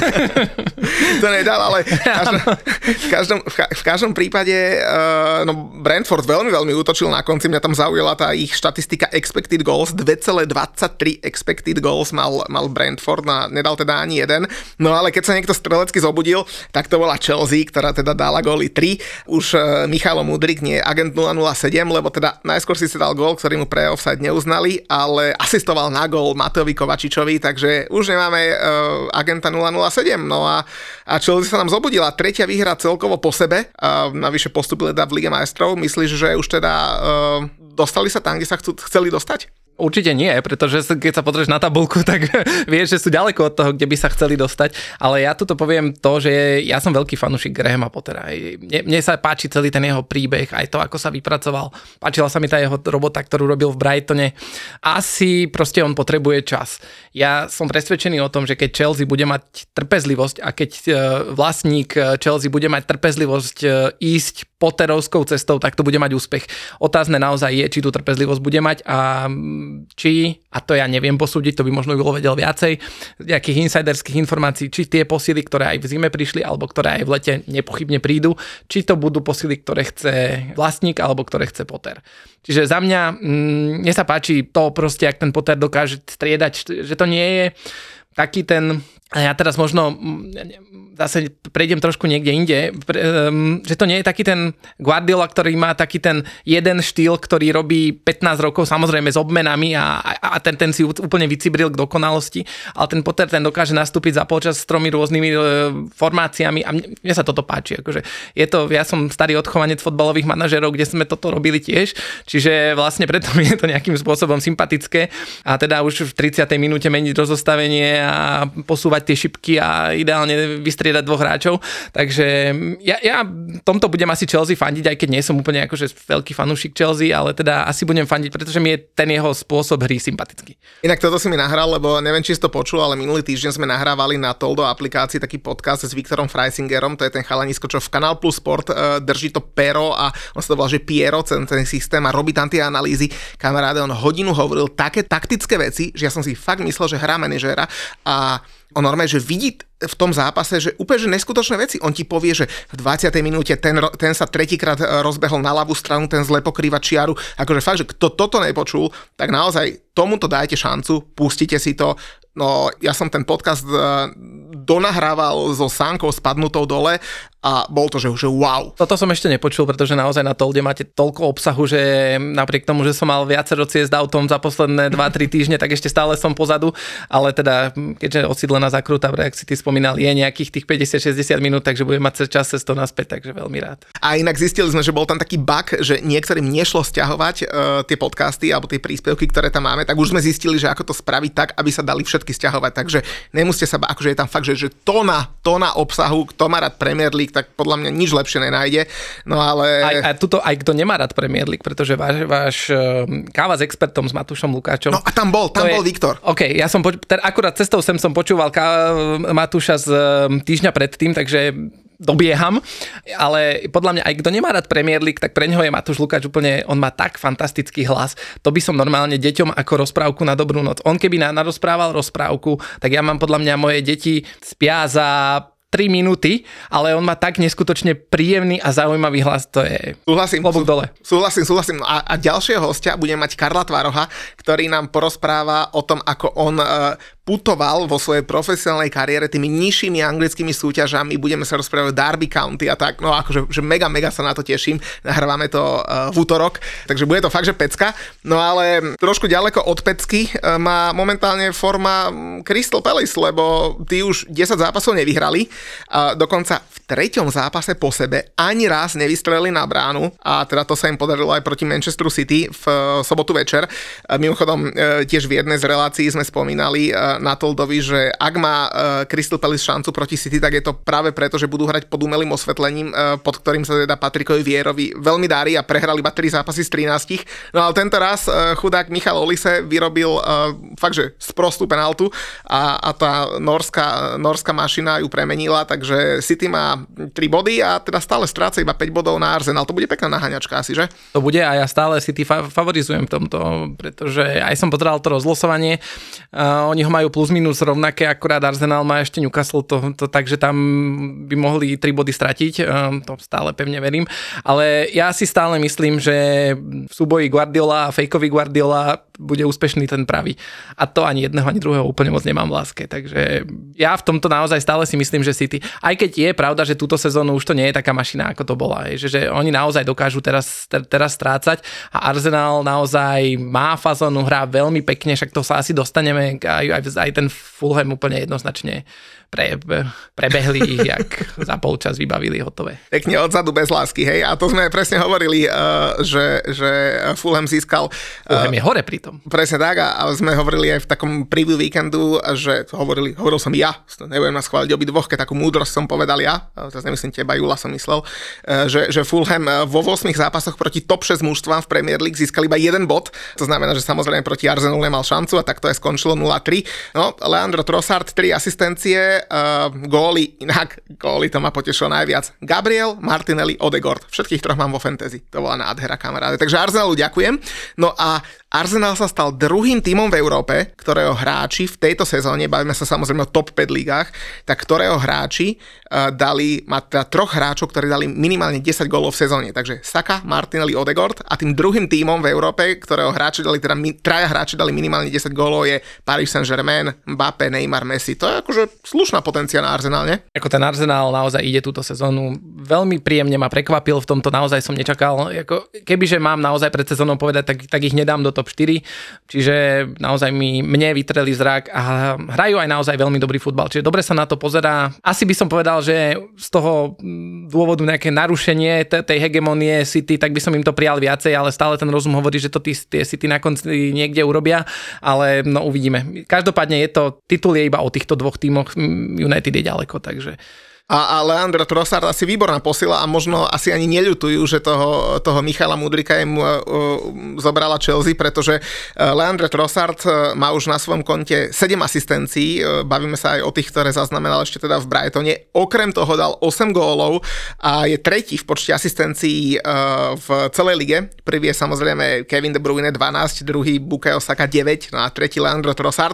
To nedal, ale v každom, v každom, v každom prípade uh, no Brentford veľmi, veľmi útočil na konci. Mňa tam zaujala tá ich štatistika expected goals. dva celé dvadsaťtri expected goals mal, mal Brentford a nedal teda ani jeden. No ale keď sa niekto strelecky zobudil, tak to bola Chelsea, ktorá teda dala góly tri. Už uh, Michalo Mudryk nie agent nula nula sedem, lebo teda najskôr si si dal gól, ktorý mu pre offside neuznali, ale asistoval na gól Mateovi Kovačičovi, takže už nemáme uh, agenta nula nula sedem. No a, a Chelsea sa nám zobudila. Tretia výhra celkovo po sebe. A navyše postupili teda v Lige majstrov. Myslíš, že už teda uh, dostali sa tam, kde sa chcú, chceli dostať? Určite nie, pretože keď sa pozrieš na tabuľku, tak vieš, že sú ďaleko od toho, kde by sa chceli dostať. Ale ja tuto poviem to, že ja som veľký fanúšik Grahama Pottera. Mne, mne sa páči celý ten jeho príbeh, aj to, ako sa vypracoval. Páčila sa mi tá jeho robota, ktorú robil v Brightone. Asi proste on potrebuje čas. Ja som presvedčený o tom, že keď Chelsea bude mať trpezlivosť a keď vlastník Chelsea bude mať trpezlivosť ísť Potterovskou cestou, tak to bude mať úspech. Otázne naozaj je, či tú trpezlivosť bude mať a či, a to ja neviem posúdiť, to by možno bylo vedel viacej, nejakých insiderských informácií, či tie posily, ktoré aj v zime prišli, alebo ktoré aj v lete nepochybne prídu, či to budú posily, ktoré chce vlastník, alebo ktoré chce Potter. Čiže za mňa, mne sa páči to proste, ak ten Potter dokáže striedať, že to nie je taký ten, a ja teraz možno zase prejdem trošku niekde inde, že to nie je taký ten Guardiola, ktorý má taký ten jeden štýl, ktorý robí pätnásť rokov, samozrejme s obmenami a, a ten, ten si úplne vycibril k dokonalosti, ale ten Potter ten dokáže nastúpiť za polčas s tromi rôznymi formáciami a mne, mne sa toto páči. Akože je to, ja som starý odchovanec fotbalových manažerov, kde sme toto robili tiež, čiže vlastne preto mi je to nejakým spôsobom sympatické a teda už v tridsiatej minúte meniť rozostavenie a posúvať tie šipky a ideálne vystriedať dvoch hráčov. Takže ja, ja tomto budem asi Chelsea fandiť, aj keď nie som úplne akože veľký fanúšik Chelsea, ale teda asi budem fandiť, pretože mi je ten jeho spôsob hry sympatický. Inak toto si mi nahral, lebo neviem, či si to počul, ale minulý týždeň sme nahrávali na Toldo aplikácii taký podcast s Viktorom Freisingerom, to je ten chalanisko, čo v Canal Plus Sport uh, drží to pero a on sa to volá, že Piero, ten, ten systém a robí tam tie analýzy. Kamaráde, on hodinu hovoril také taktické veci, že ja som si fakt myslel, že hrá manažéra a on normálne, že vidí v tom zápase, že úplne že neskutočné veci. On ti povie, že v dvadsiatej minúte ten, ten sa tretíkrát rozbehol na ľavú stranu, ten zle pokrýva čiaru. Akože fakt, že kto toto nepočul, tak naozaj tomuto dajte šancu, pustite si to. No, ja som ten podcast donahrával so sánkou spadnutou dole a bol to, že, že wow. Toto som ešte nepočul, pretože naozaj na Tolde máte toľko obsahu, že napriek tomu, že som mal viacero ciest autom za posledné dva tri týždne, tak ešte stále som pozadu, ale teda, keďže osídlená zakrúta, jak si ty spomínal, je nejakých tých päťdesiat šesťdesiat minút, takže budem mať čas cesto naspäť, takže veľmi rád. A inak zistili sme, že bol tam taký bug, že niektorým nešlo sťahovať uh, tie podcasty alebo tie príspevky, ktoré tam máme, tak už sme zistili, že ako to spraviť tak, aby sa dali všetky sťahovať, takže nemusíte sa, akože je tam fakt, že, že tona, tona obsahu, kto má rád Premier League, tak podľa mňa nič lepšie nenájde. No ale... Aj, aj, tuto, aj kto nemá rád Premier League, pretože váš, váš káva s expertom, s Matúšom Lukáčom. No a tam bol, tam bol je, Viktor. OK, ja som, poč- teda akurát cestou sem som počúval káva Matúša z týždňa predtým, takže dobieham, ale podľa mňa aj kto nemá rád Premier League, tak pre neho je Matúš Lukáč úplne, on má tak fantastický hlas, to by som normálne deťom ako rozprávku na dobrú noc. On keby narozprával rozprávku, tak ja mám podľa mňa moje deti spia za tri minúty, ale on má tak neskutočne príjemný a zaujímavý hlas, to je súhlasím, klobúk sú, dole. Súhlasím, súhlasím. A, a ďalšieho hostia budeme mať Karla Tvaroha, ktorý nám porozpráva o tom, ako on uh, putoval vo svojej profesionálnej kariére tými nižšími anglickými súťažami, budeme sa rozprávať o Derby County a tak, no akože že mega, mega sa na to teším, nahrávame to uh, v útorok, takže bude to fakt, že pecka, no ale trošku ďaleko od pecky uh, má momentálne forma Crystal Palace, lebo tí už desať zápasov nevyhrali, uh, dokonca v treťom zápase po sebe ani raz nevystrelili na bránu a teda to sa im podarilo aj proti Manchesteru City v uh, sobotu večer. Uh, mimochodom uh, tiež v jednej z relácií sme spomínali uh, na Toldovi, že ak má uh, Crystal Palace šancu proti City, tak je to práve preto, že budú hrať pod umelým osvetlením, uh, pod ktorým sa teda Patrikovi Vierovi veľmi darí a prehrali iba tri zápasy z trinástich. No ale tento raz uh, chudák Michal Olise vyrobil uh, fakt, že sprostú penaltu a, a tá norská, norská mašina ju premenila, takže City má tri body a teda stále stráca iba päť bodov na Arsenal. To bude pekná naháňačka asi, že? To bude a ja stále City fa- favorizujem v tomto, pretože aj som pozeral to rozlosovanie. Uh, oni ho majú plus minus rovnaké, akurát Arsenal má ešte Newcastle, to, to, takže tam by mohli tri body stratiť, um, to stále pevne verím. Ale ja si stále myslím, že v súboji Guardiola a fejkový Guardiola bude úspešný ten pravý. A to ani jedného, ani druhého úplne moc nemám v láske. Takže ja v tomto naozaj stále si myslím, že City, aj keď je pravda, že túto sezónu už to nie je taká mašina, ako to bola. Že, že oni naozaj dokážu teraz, ter, teraz strácať a Arsenal naozaj má fazónu, hrá veľmi pekne, však to sa asi dostaneme, aj, aj, aj ten Fulham úplne jednoznačne pre, prebehli ich, jak za polčas vybavili hotové. Pekne odzadu bez lásky, hej. A to sme presne hovorili, uh, že, že Fulham získal... Uh, Fulham je hore pritom. Presne tak a, a sme hovorili aj v takom preview víkendu, že hovorili, hovoril som ja, nebudem nás chváliť obidvoch, keď takú múdrosť som povedal ja, teraz nemyslím teba, Jula som myslel, uh, že, že Fulham vo ôsmich zápasoch proti top šesť mužstvám v Premier League získal iba jeden bod, to znamená, že samozrejme proti Arsenalu nemal šancu a tak to aj skončilo nula tri. No, Leandro Trossard, tri asistencie, uh, góly, inak góly, to ma potešilo najviac. Gabriel, Martinelli, Odegaard. Všetkých troch mám vo fantasy. To bola nádhera, kamaráde. Takže Arsenalu ďakujem. No a Arsenal sa stal druhým tímom v Európe, ktorého hráči v tejto sezóne, bavíme sa samozrejme o top päť ligách, tak ktorého hráči uh, dali, má teda troch hráčov, ktorí dali minimálne desať gólov v sezóne. Takže Saka, Martinelli, Odegaard a tým druhým tímom v Európe, ktorého hráči dali, teda mi, traja hráči dali minimálne desať gólov je Paris Saint-Germain, Mbappé, Neymar, Messi. To je akože slušná potencia na Arsenal, ne? Ako ten Arsenal naozaj ide túto sezónu. Veľmi príjemne ma prekvapil, v tomto naozaj som nečakal. Ako, kebyže mám naozaj pred sezónou povedať, tak, tak ich nedám do top štyri. Čiže naozaj mi, mne vytreli zrak a hrajú aj naozaj veľmi dobrý futbal. Čiže dobre sa na to pozerá. Asi by som povedal, že z toho dôvodu nejaké narušenie tej hegemonie City, tak by som im to prijal viacej, ale stále ten rozum hovorí, že to tí, tie City na konci niekde urobia, ale no uvidíme. Každopádne je to, titul je iba o týchto dvoch tímoch, United je ďaleko, takže... A, a Leandro Trossard asi výborná posila a možno asi ani neľutujú, že toho, toho Michala Mudrika im uh, uh, zobrala Chelsea, pretože uh, Leandro Trossard uh, má už na svojom konte sedem asistencií, uh, bavíme sa aj o tých, ktoré zaznamenal ešte teda v Brightone. Okrem toho dal osem gólov a je tretí v počte asistencií uh, v celej lige. Prvý je samozrejme Kevin De Bruyne dvanásť, druhý Bukayo Saka deväť, no a tretí Leandro Trossard.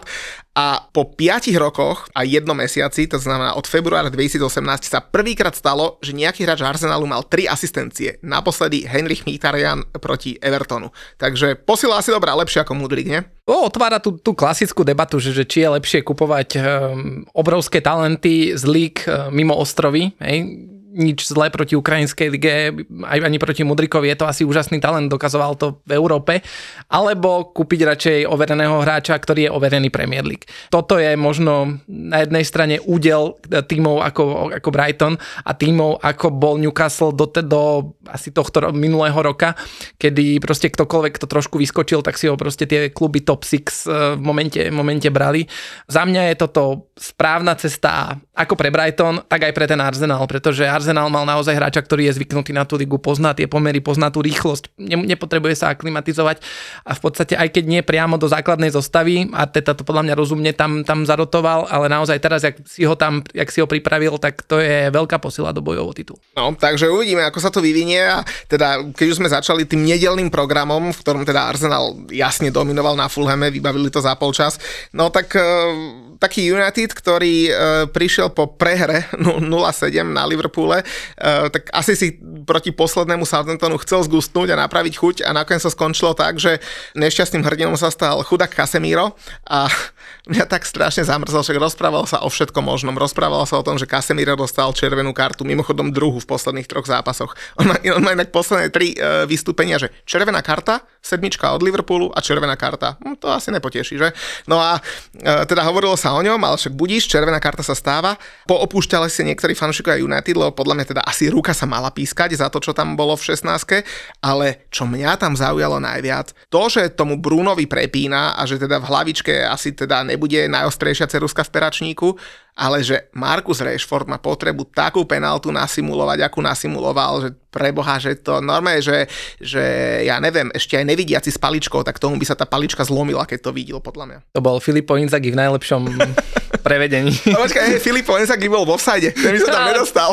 A po piatich rokoch a jednom mesiaci, to znamená od februára dvetisícosemnásť, sa prvýkrát stalo, že nejaký hráč Arsenalu mal tri asistencie. Naposledy Henrich Mkhitaryan proti Evertonu. Takže posila asi dobrá, lepšia ako Mudryk, nie? O, otvára tú, tú klasickú debatu, že, že či je lepšie kupovať um, obrovské talenty z líg um, mimo ostrovy, hej? Nič zlé proti ukrajinskej lige, aj ani proti Mudrykovi, je to asi úžasný talent, dokazoval to v Európe, alebo kúpiť radšej overeného hráča, ktorý je overený Premier League. Toto je možno na jednej strane údel tímov ako, ako Brighton a tímov ako bol Newcastle do, do asi tohto minulého roka, kedy proste ktokoľvek to trošku vyskočil, tak si ho proste tie kluby top šesť v momente, v momente brali. Za mňa je toto správna cesta ako pre Brighton, tak aj pre ten Arsenal, pretože Arsenal mal naozaj hráča, ktorý je zvyknutý na tú ligu, pozná tie pomery, pozná tú rýchlosť, nepotrebuje sa aklimatizovať a v podstate aj keď nie priamo do základnej zostavy, a teda to podľa mňa rozumne tam, tam zarotoval, ale naozaj teraz, jak si ho tam, jak si ho pripravil, tak to je veľká posila do bojov o titul. No, takže uvidíme, ako sa to vyvinie a teda, keď už sme začali tým nedeľným programom, v ktorom teda Arsenal jasne dominoval na Fulhame, vybavili to za polčas, no tak e, taký United, ktorý e, prišiel po prehre nula sedem na Liverpoole, e, tak asi si proti poslednému Southamptonu chcel zgustnúť a napraviť chuť a nakoniec sa skončilo tak, že nešťastným hrdinom sa stal chudák Casemiro a mňa tak strašne zamrzol, že rozprával sa o všetkom možnom. Rozprával sa o tom, že Casemiro dostal červenú kartu, mimochodom druhú v posledných troch zápasoch. On má, on má inak posledné tri e, vystúpenia, že červená karta, sedmička od Liverpoolu a červená karta. Hm, to asi nepoteší, že? No a e, teda hovorilo sa o ňom, ale však budíš, červená karta sa stáva. Poopúšťali si niektorí fanúšikovia United, lebo podľa mňa teda asi ruka sa mala pískať za to, čo tam bolo v šestnástke, ale čo mňa tam zaujalo najviac, to, že tomu Brunovi prepína a že teda v hlavičke asi teda nebude najostrejšia ceruska v peračníku, ale že Marcus Rashford má potrebu takú penáltu nasimulovať, akú nasimuloval, že preboha, že to normálne, že, že ja neviem, ešte aj nevidiaci s paličkou, tak tomu by sa tá palička zlomila, keď to videl, podľa mňa. To bol Filippo Inzaghi v najlepšom prevedení. No počkaj, Filippo Inzaghi bol v offside, ten by sa tam nedostal.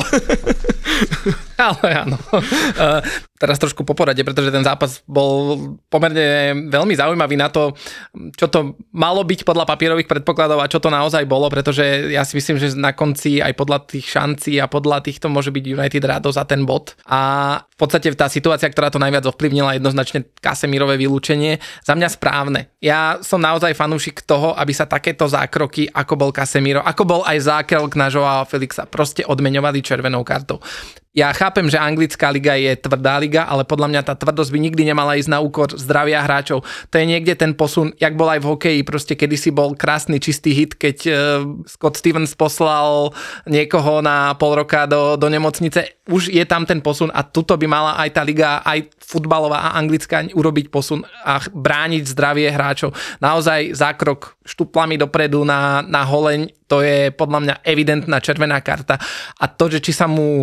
Ale áno. Uh, teraz trošku po porade, pretože ten zápas bol pomerne veľmi zaujímavý na to, čo to malo byť podľa papierových predpokladov a čo to naozaj bolo, pretože ja si myslím, že na konci aj podľa tých šancí a podľa týchto môže byť United rado za ten bod. A v podstate tá situácia, ktorá to najviac ovplyvnila, jednoznačne Casemirové vylúčenie, za mňa správne. Ja som naozaj fanúšik toho, aby sa takéto zákroky, ako bol Casemiro, ako bol aj zákrok na Joao Felixa, proste odmeňovali červenou kartou. Ja chápem, chápem, že anglická liga je tvrdá liga, ale podľa mňa tá tvrdosť by nikdy nemala ísť na úkor zdravia hráčov. To je niekde ten posun, jak bol aj v hokeji, proste kedysi bol krásny čistý hit, keď uh, Scott Stevens poslal niekoho na pol roka do, do nemocnice. Už je tam ten posun a tuto by mala aj tá liga, aj futbalová a anglická urobiť posun a brániť zdravie hráčov. Naozaj zákrok štuplami dopredu na, na holeň, to je podľa mňa evidentná červená karta. A to, že či sa mu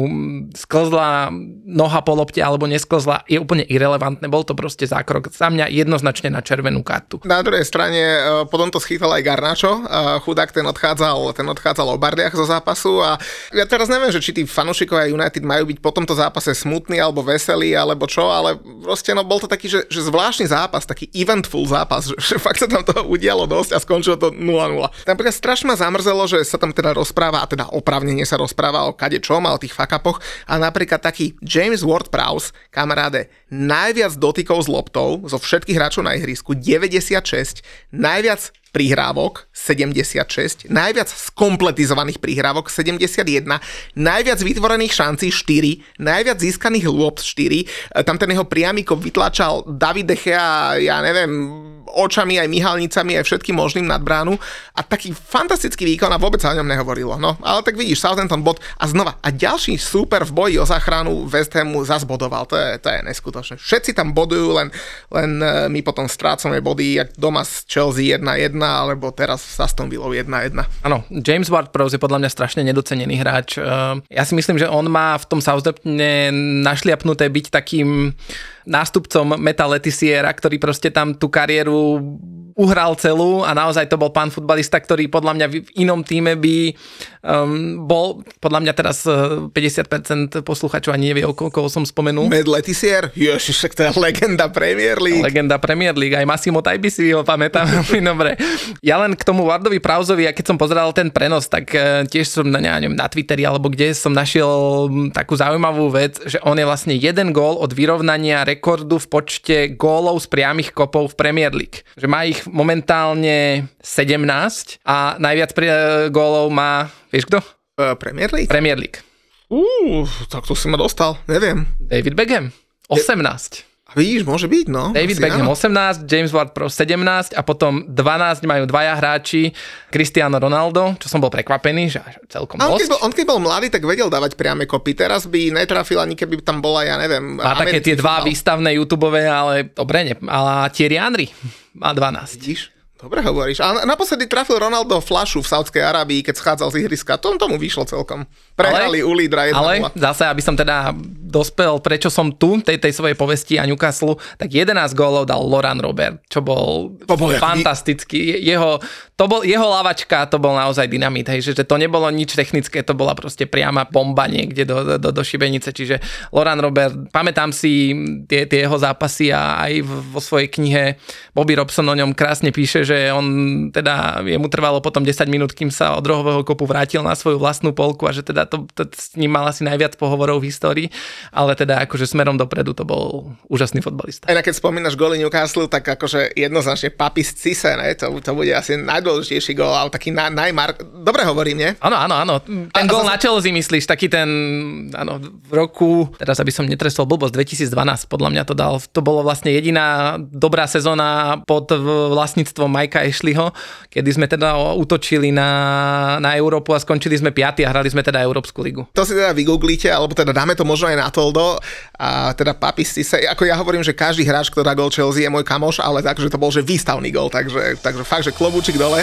sklzla noha po lopte alebo nesklzla, je úplne irelevantné. Bol to proste zákrok. Za mňa jednoznačne na červenú kartu. Na druhej strane potom to schytal aj Garnačo. Chudák ten odchádzal, ten odchádzal o bardiach zo zápasu a ja teraz neviem, že či tí fanúšikovia United majú byť po tomto zápase smutní alebo veselí alebo čo, ale proste no, bol to taký, že, že zvláštny zápas, taký eventful zápas, že, že fakt sa tam toho udialo dosť a skončilo to nula nula. Napríklad strašne ma zamrzelo, že sa tam teda rozpráva, a teda oprávnene sa rozpráva o kadečom a o tých fuck-upoch, a napríklad taký James Ward-Prowse, kamaráde, najviac dotykov s loptou zo všetkých hráčov na ihrisku, deväťdesiatšesť, najviac prihrávok sedemdesiatšesť, najviac skompletizovaných prihrávok sedemdesiatjeden, najviac vytvorených šancí štyri, najviac získaných lôb štyri, tam ten jeho priamikov vytlačal David De Gea, ja neviem, očami, aj myhalnicami, aj všetkým možným nad bránu a taký fantastický výkon a vôbec sa o ňom nehovorilo. No, ale tak vidíš, Southampton bod a znova. A ďalší super v boji o záchranu West Hamu zas bodoval. To je, to je neskutočné. Všetci tam bodujú, len, len my potom strácame body, jak doma z Chelsea jedna jedna, alebo teraz s Aston Villou jedna jedna. Áno, James Ward-Prowse je podľa mňa strašne nedocenený hráč. Ja si myslím, že on má v tom Southamptone našliapnuté byť takým nástupcom Meta Leticiera, ktorý proste tam tú kariéru uhral celú a naozaj to bol pán futbalista, ktorý podľa mňa v inom týme by um, bol, podľa mňa teraz päťdesiat percent posluchačov ani nevie, o koho som spomenul. Matt Leticier? Ježiš, to je legenda Premier League. Legenda Premier League, aj Massimo Tajbi si ho pamätám veľmi dobre. Ja len k tomu Wardovi Prowseovi, a keď som pozeral ten prenos, tak tiež som na, neviem, na Twitteri alebo kde som našiel takú zaujímavú vec, že on je vlastne jeden gól od vyrovnania rekordu v počte gólov z priamych kopov v Premier League. Že má ich momentálne sedemnásť a najviac pri- gólov má, vieš kto? Uh, Premier League? Premier League. Uh, tak to si ma dostal, neviem. David Beckham, osemnásť. A vidíš, môže byť, no. David Beckham áno. osemnásť, James Ward-Prowse sedemnásť a potom dvanásť majú dvaja hráči, Cristiano Ronaldo, čo som bol prekvapený, že celkom dosť. On keď, bol, on keď bol mladý, tak vedel dávať priame kopy. Teraz by netrafil ani keby tam bola, ja neviem... Má také tie dva futbal. Výstavné YouTubeové, ale dobre, ne, ale Thierry Henry má dvanásť. Vidíš? Dobre hovoríš. A naposledy trafil Ronaldo flašu v Saudskej Arábii, keď schádzal z ihriska. Tom tomu vyšlo celkom. Prehrali u lídra jedna nula. Ale zase, aby som teda dospel, prečo som tu, tej, tej svojej povesti a Newcastle, tak jedenásť gólov dal Loran Robert, čo bol, bol fantastický. Jeho, to bol, jeho lavačka, to bol naozaj dynamit, hej, že to nebolo nič technické, to bola proste priama bomba niekde do, do, do šibenice. Čiže Loran Robert, pamätám si tie, tie jeho zápasy a aj vo svojej knihe Bobby Robson o ňom krásne píše, že on teda, jemu trvalo potom desať minút, kým sa od rohového kopu vrátil na svoju vlastnú polku a že teda to, to s ním mal asi najviac pohovorov v histórii, ale teda akože smerom dopredu to bol úžasný fotbalista. Aj keď spomínaš góly Newcastle, tak akože jednoznačne Papis Cisse, ne? To, to bude asi najdôležitejší gól, ale taký na, najmark... Dobre hovorím, nie? Áno, áno, áno. Ten gól zase... na Chelsea myslíš, taký ten, áno, v roku, teraz aby som netresol blbosť, dvetisícdvanásť podľa mňa to dal. To bolo vlastne jediná dobrá sezóna pod vlastníctvom Mikea Ashleyho, kedy sme teda útočili na, na Európu a skončili sme piaty a hrali sme teda Európsku ligu. To si teda vygooglíte, alebo teda dáme to možno aj na Toldo a teda Papis Cisse, ako ja hovorím, že každý hráč, kto dá gól Chelsea je môj kamoš, ale takže to bol že výstavný gól, takže, takže fakt, že klobúčik dole.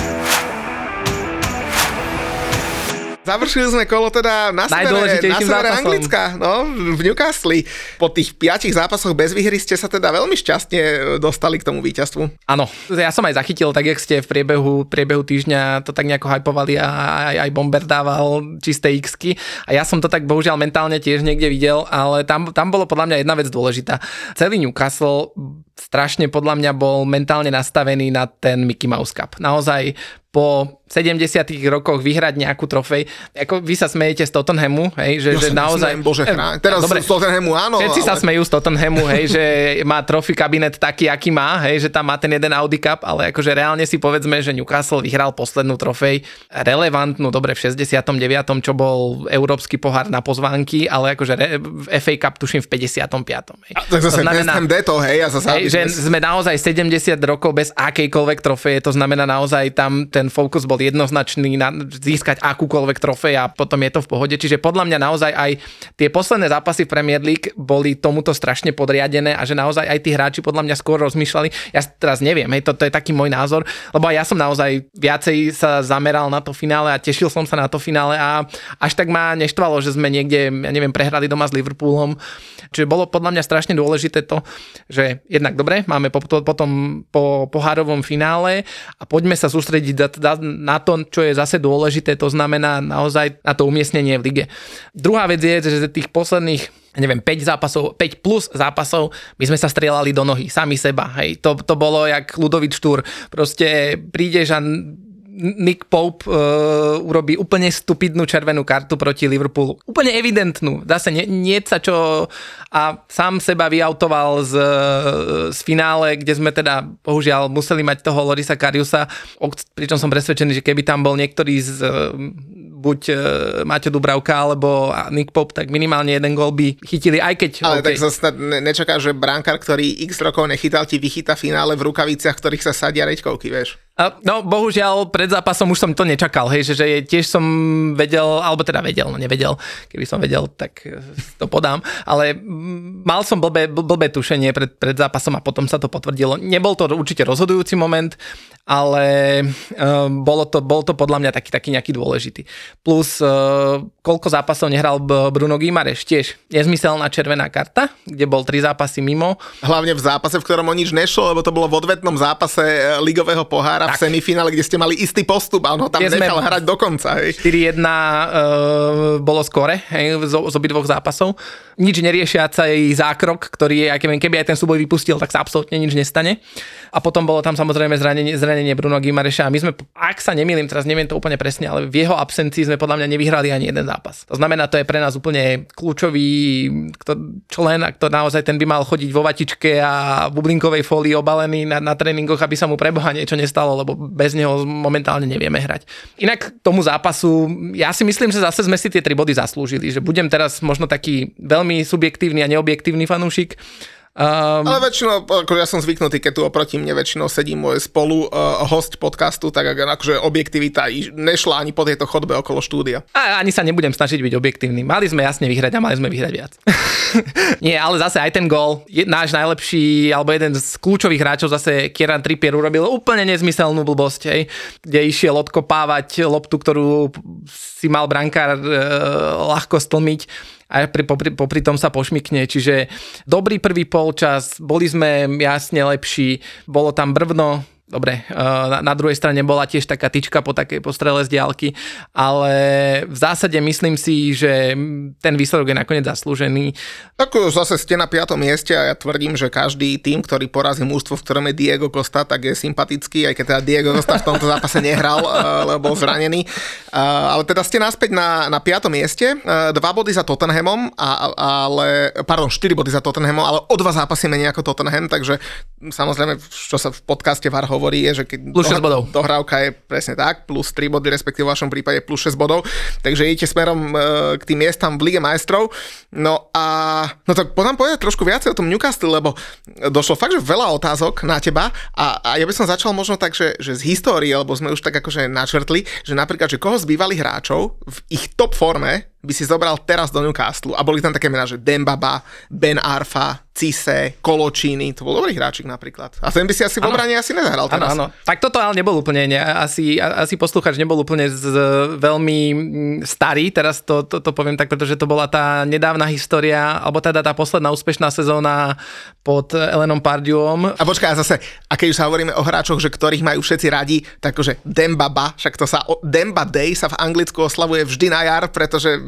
Završili sme kolo teda na severe, na severe Anglicka, no, v Newcastle. Po tých piatich zápasoch bez výhry ste sa teda veľmi šťastne dostali k tomu víťazstvu. Áno, ja som aj zachytil, tak jak ste v priebehu, priebehu týždňa to tak nejako hypovali a aj, aj Bomber dával čisté X-ky. A ja som to tak bohužiaľ mentálne tiež niekde videl, ale tam, tam bolo podľa mňa jedna vec dôležitá. Celý Newcastle strašne podľa mňa bol mentálne nastavený na ten Mickey Mouse Cup. Naozaj po sedemdesiatych rokoch vyhrať nejakú trofej. Ako vy sa smejete z Tottenhamu, hej, že, ja že naozaj... Smiem, Bože chráň. Teraz dobre, z Tottenhamu áno. všetci ale... sa smejú z Tottenhamu, hej, že má trophy kabinet taký, aký má, hej, že tam má ten jeden Audi Cup, ale akože reálne si povedzme, že Newcastle vyhral poslednú trofej relevantnú, dobre v šesťdesiatom deviatom čo bol Európsky pohár na pozvánky, ale akože re, v ef á Cup tuším v päťdesiatom piatom hej. A, tak zase to znamená, to, hej, ja zase hej, že sme naozaj sedemdesiat rokov bez akejkoľvek trofeje, to znamená naozaj tam ten fokus bol jednoznačný na získať akúkoľvek trofej a potom je to v pohode. Čiže podľa mňa naozaj aj tie posledné zápasy v Premier League boli tomuto strašne podriadené a že naozaj aj tí hráči podľa mňa skôr rozmýšľali. Ja teraz neviem, hej, toto je taký môj názor, lebo aj ja som naozaj viacej sa zameral na to finále a tešil som sa na to finále a až tak ma neštvalo, že sme niekde, ja neviem, prehrali doma s Liverpoolom. Čiže bolo podľa mňa strašne dôležité to, že jednak dobre, máme potom po pohárovom finále a poďme sa sústrediť na to, čo je zase dôležité, to znamená naozaj na to umiestnenie v lige. Druhá vec je, že tých posledných neviem, päť zápasov, päť plus zápasov, my sme sa strieľali do nohy, sami seba, hej, to, to bolo jak Ludovič Štúr, proste prídeš a Nick Pope uh, urobí úplne stupidnú červenú kartu proti Liverpoolu. Úplne evidentnú. Zase nie, nie sa čo... A sám seba vyautoval z, z finále, kde sme teda bohužiaľ museli mať toho Lorisa Kariusa, pričom som presvedčený, že keby tam bol niektorý z buď Maťo Dubravka alebo Nick Pope, tak minimálne jeden gól by chytili, aj keď... Ale okay. tak zase nečaká, že brankár, ktorý x rokov nechytal, ti vychytá finále v rukaviciach, ktorých sa sadia reďkovky, vieš? No, bohužiaľ, pred zápasom už som to nečakal, hej, že, že tiež som vedel, alebo teda vedel, no nevedel, keby som vedel, tak to podám, ale mal som blbé, blbé tušenie pred, pred zápasom a potom sa to potvrdilo. Nebol to určite rozhodujúci moment, ale um, bolo, to, bol to podľa mňa taký, taký nejaký dôležitý. Plus, uh, koľko zápasov nehral Bruno Guimarães, tiež nezmyselná červená karta, kde bol tri zápasy mimo. Hlavne v zápase, v ktorom o nič nešlo, lebo to bolo v odvetnom zápase ligového pohára, tak. V semifinále, kde ste mali istý postup a on ho tam kde nechal hrať dokonca. Hej. štyri jedna uh, bolo skore hej, z, z obidvoch zápasov. Nič neriešiacej zákrok, ktorý je, keby aj ten súboj vypustil, tak sa absolútne nič nestane. A potom bolo tam samozrejme zranenie, zranenie Bruno Guimarãesa a my sme, ak sa nemýlim, teraz neviem to úplne presne, ale v jeho absencii sme podľa mňa nevyhrali ani jeden zápas. To znamená, to je pre nás úplne kľúčový člen, kto naozaj ten by mal chodiť vo vatičke a v bublinkovej fólii obalený na, na tréningoch, aby sa mu pre Boha niečo nestalo, lebo bez neho momentálne nevieme hrať. Inak tomu zápasu, ja si myslím, že zase sme si tie tri body zaslúžili, že budem teraz možno taký veľmi subjektívny a neobjektívny fanúšik. Um, Ale väčšinou, ako ja som zvyknutý, keď tu oproti mne väčšinou sedí môj spolu uh, host podcastu, tak akože objektivita nešla ani po tejto chodbe okolo štúdia. A ani sa nebudem snažiť byť objektívny. Mali sme jasne vyhrať a mali sme vyhrať viac. Nie, ale zase aj ten gól, je náš najlepší, alebo jeden z kľúčových hráčov, zase Kieran Trippier urobil úplne nezmyselnú blbosť, hej, kde išiel odkopávať loptu, ktorú si mal brankár e, ľahko stlmiť. A pri, popri, popri tom sa pošmykne, čiže dobrý prvý polčas, boli sme jasne lepší, bolo tam Brvno, dobre, na, na druhej strane bola tiež taká tyčka po takej postrele z diaľky, ale v zásade myslím si, že ten výsledok je nakoniec zaslúžený. Ako zase ste na piatom mieste a ja tvrdím, že každý tým, ktorý porazí mužstvo, v ktorom je Diego Costa, tak je sympatický, aj keď teda Diego Costa v tomto zápase nehral, lebo bol zranený. Ale teda ste naspäť na, na piatom mieste, dva body za Tottenhamom, a, ale, pardon, štyri body za Tottenhamom, ale o dva zápasy menej ako Tottenham, takže samozrejme, čo sa v podcaste VAR hovorí, je, že keď plus šesť bodov. Dohrávka je presne tak, plus tri body, respektíve v vašom prípade plus šesť bodov, takže idete smerom k tým miestam v Lige majstrov. No a no tak podám povedať trošku viacej o tom Newcastle, lebo došlo fakt, že veľa otázok na teba a, a ja by som začal možno tak, že, že z histórie, lebo sme už tak akože načrtli, že napríklad, že koho z bývalých hráčov v ich top forme by si zobral teraz do Newcastle a boli tam také mená, že Dembaba, Ben Arfa, Cisse, Coloccini, to bol dobrý hráčik napríklad. A ten by si asi v obrane asi nezahral teraz. Áno, áno. Tak toto ale nebol úplne, ne, asi, asi posluchač nebol úplne z, veľmi starý, teraz to, to, to poviem tak, pretože to bola tá nedávna história, alebo teda tá posledná úspešná sezóna pod Elenom Pardewom. A počkaj, a zase, a keď už sa hovoríme o hráčoch, že ktorých majú všetci radi, tak akože Dembaba, však to sa, Demba Day sa v Anglicku oslavuje vždy na jar, pretože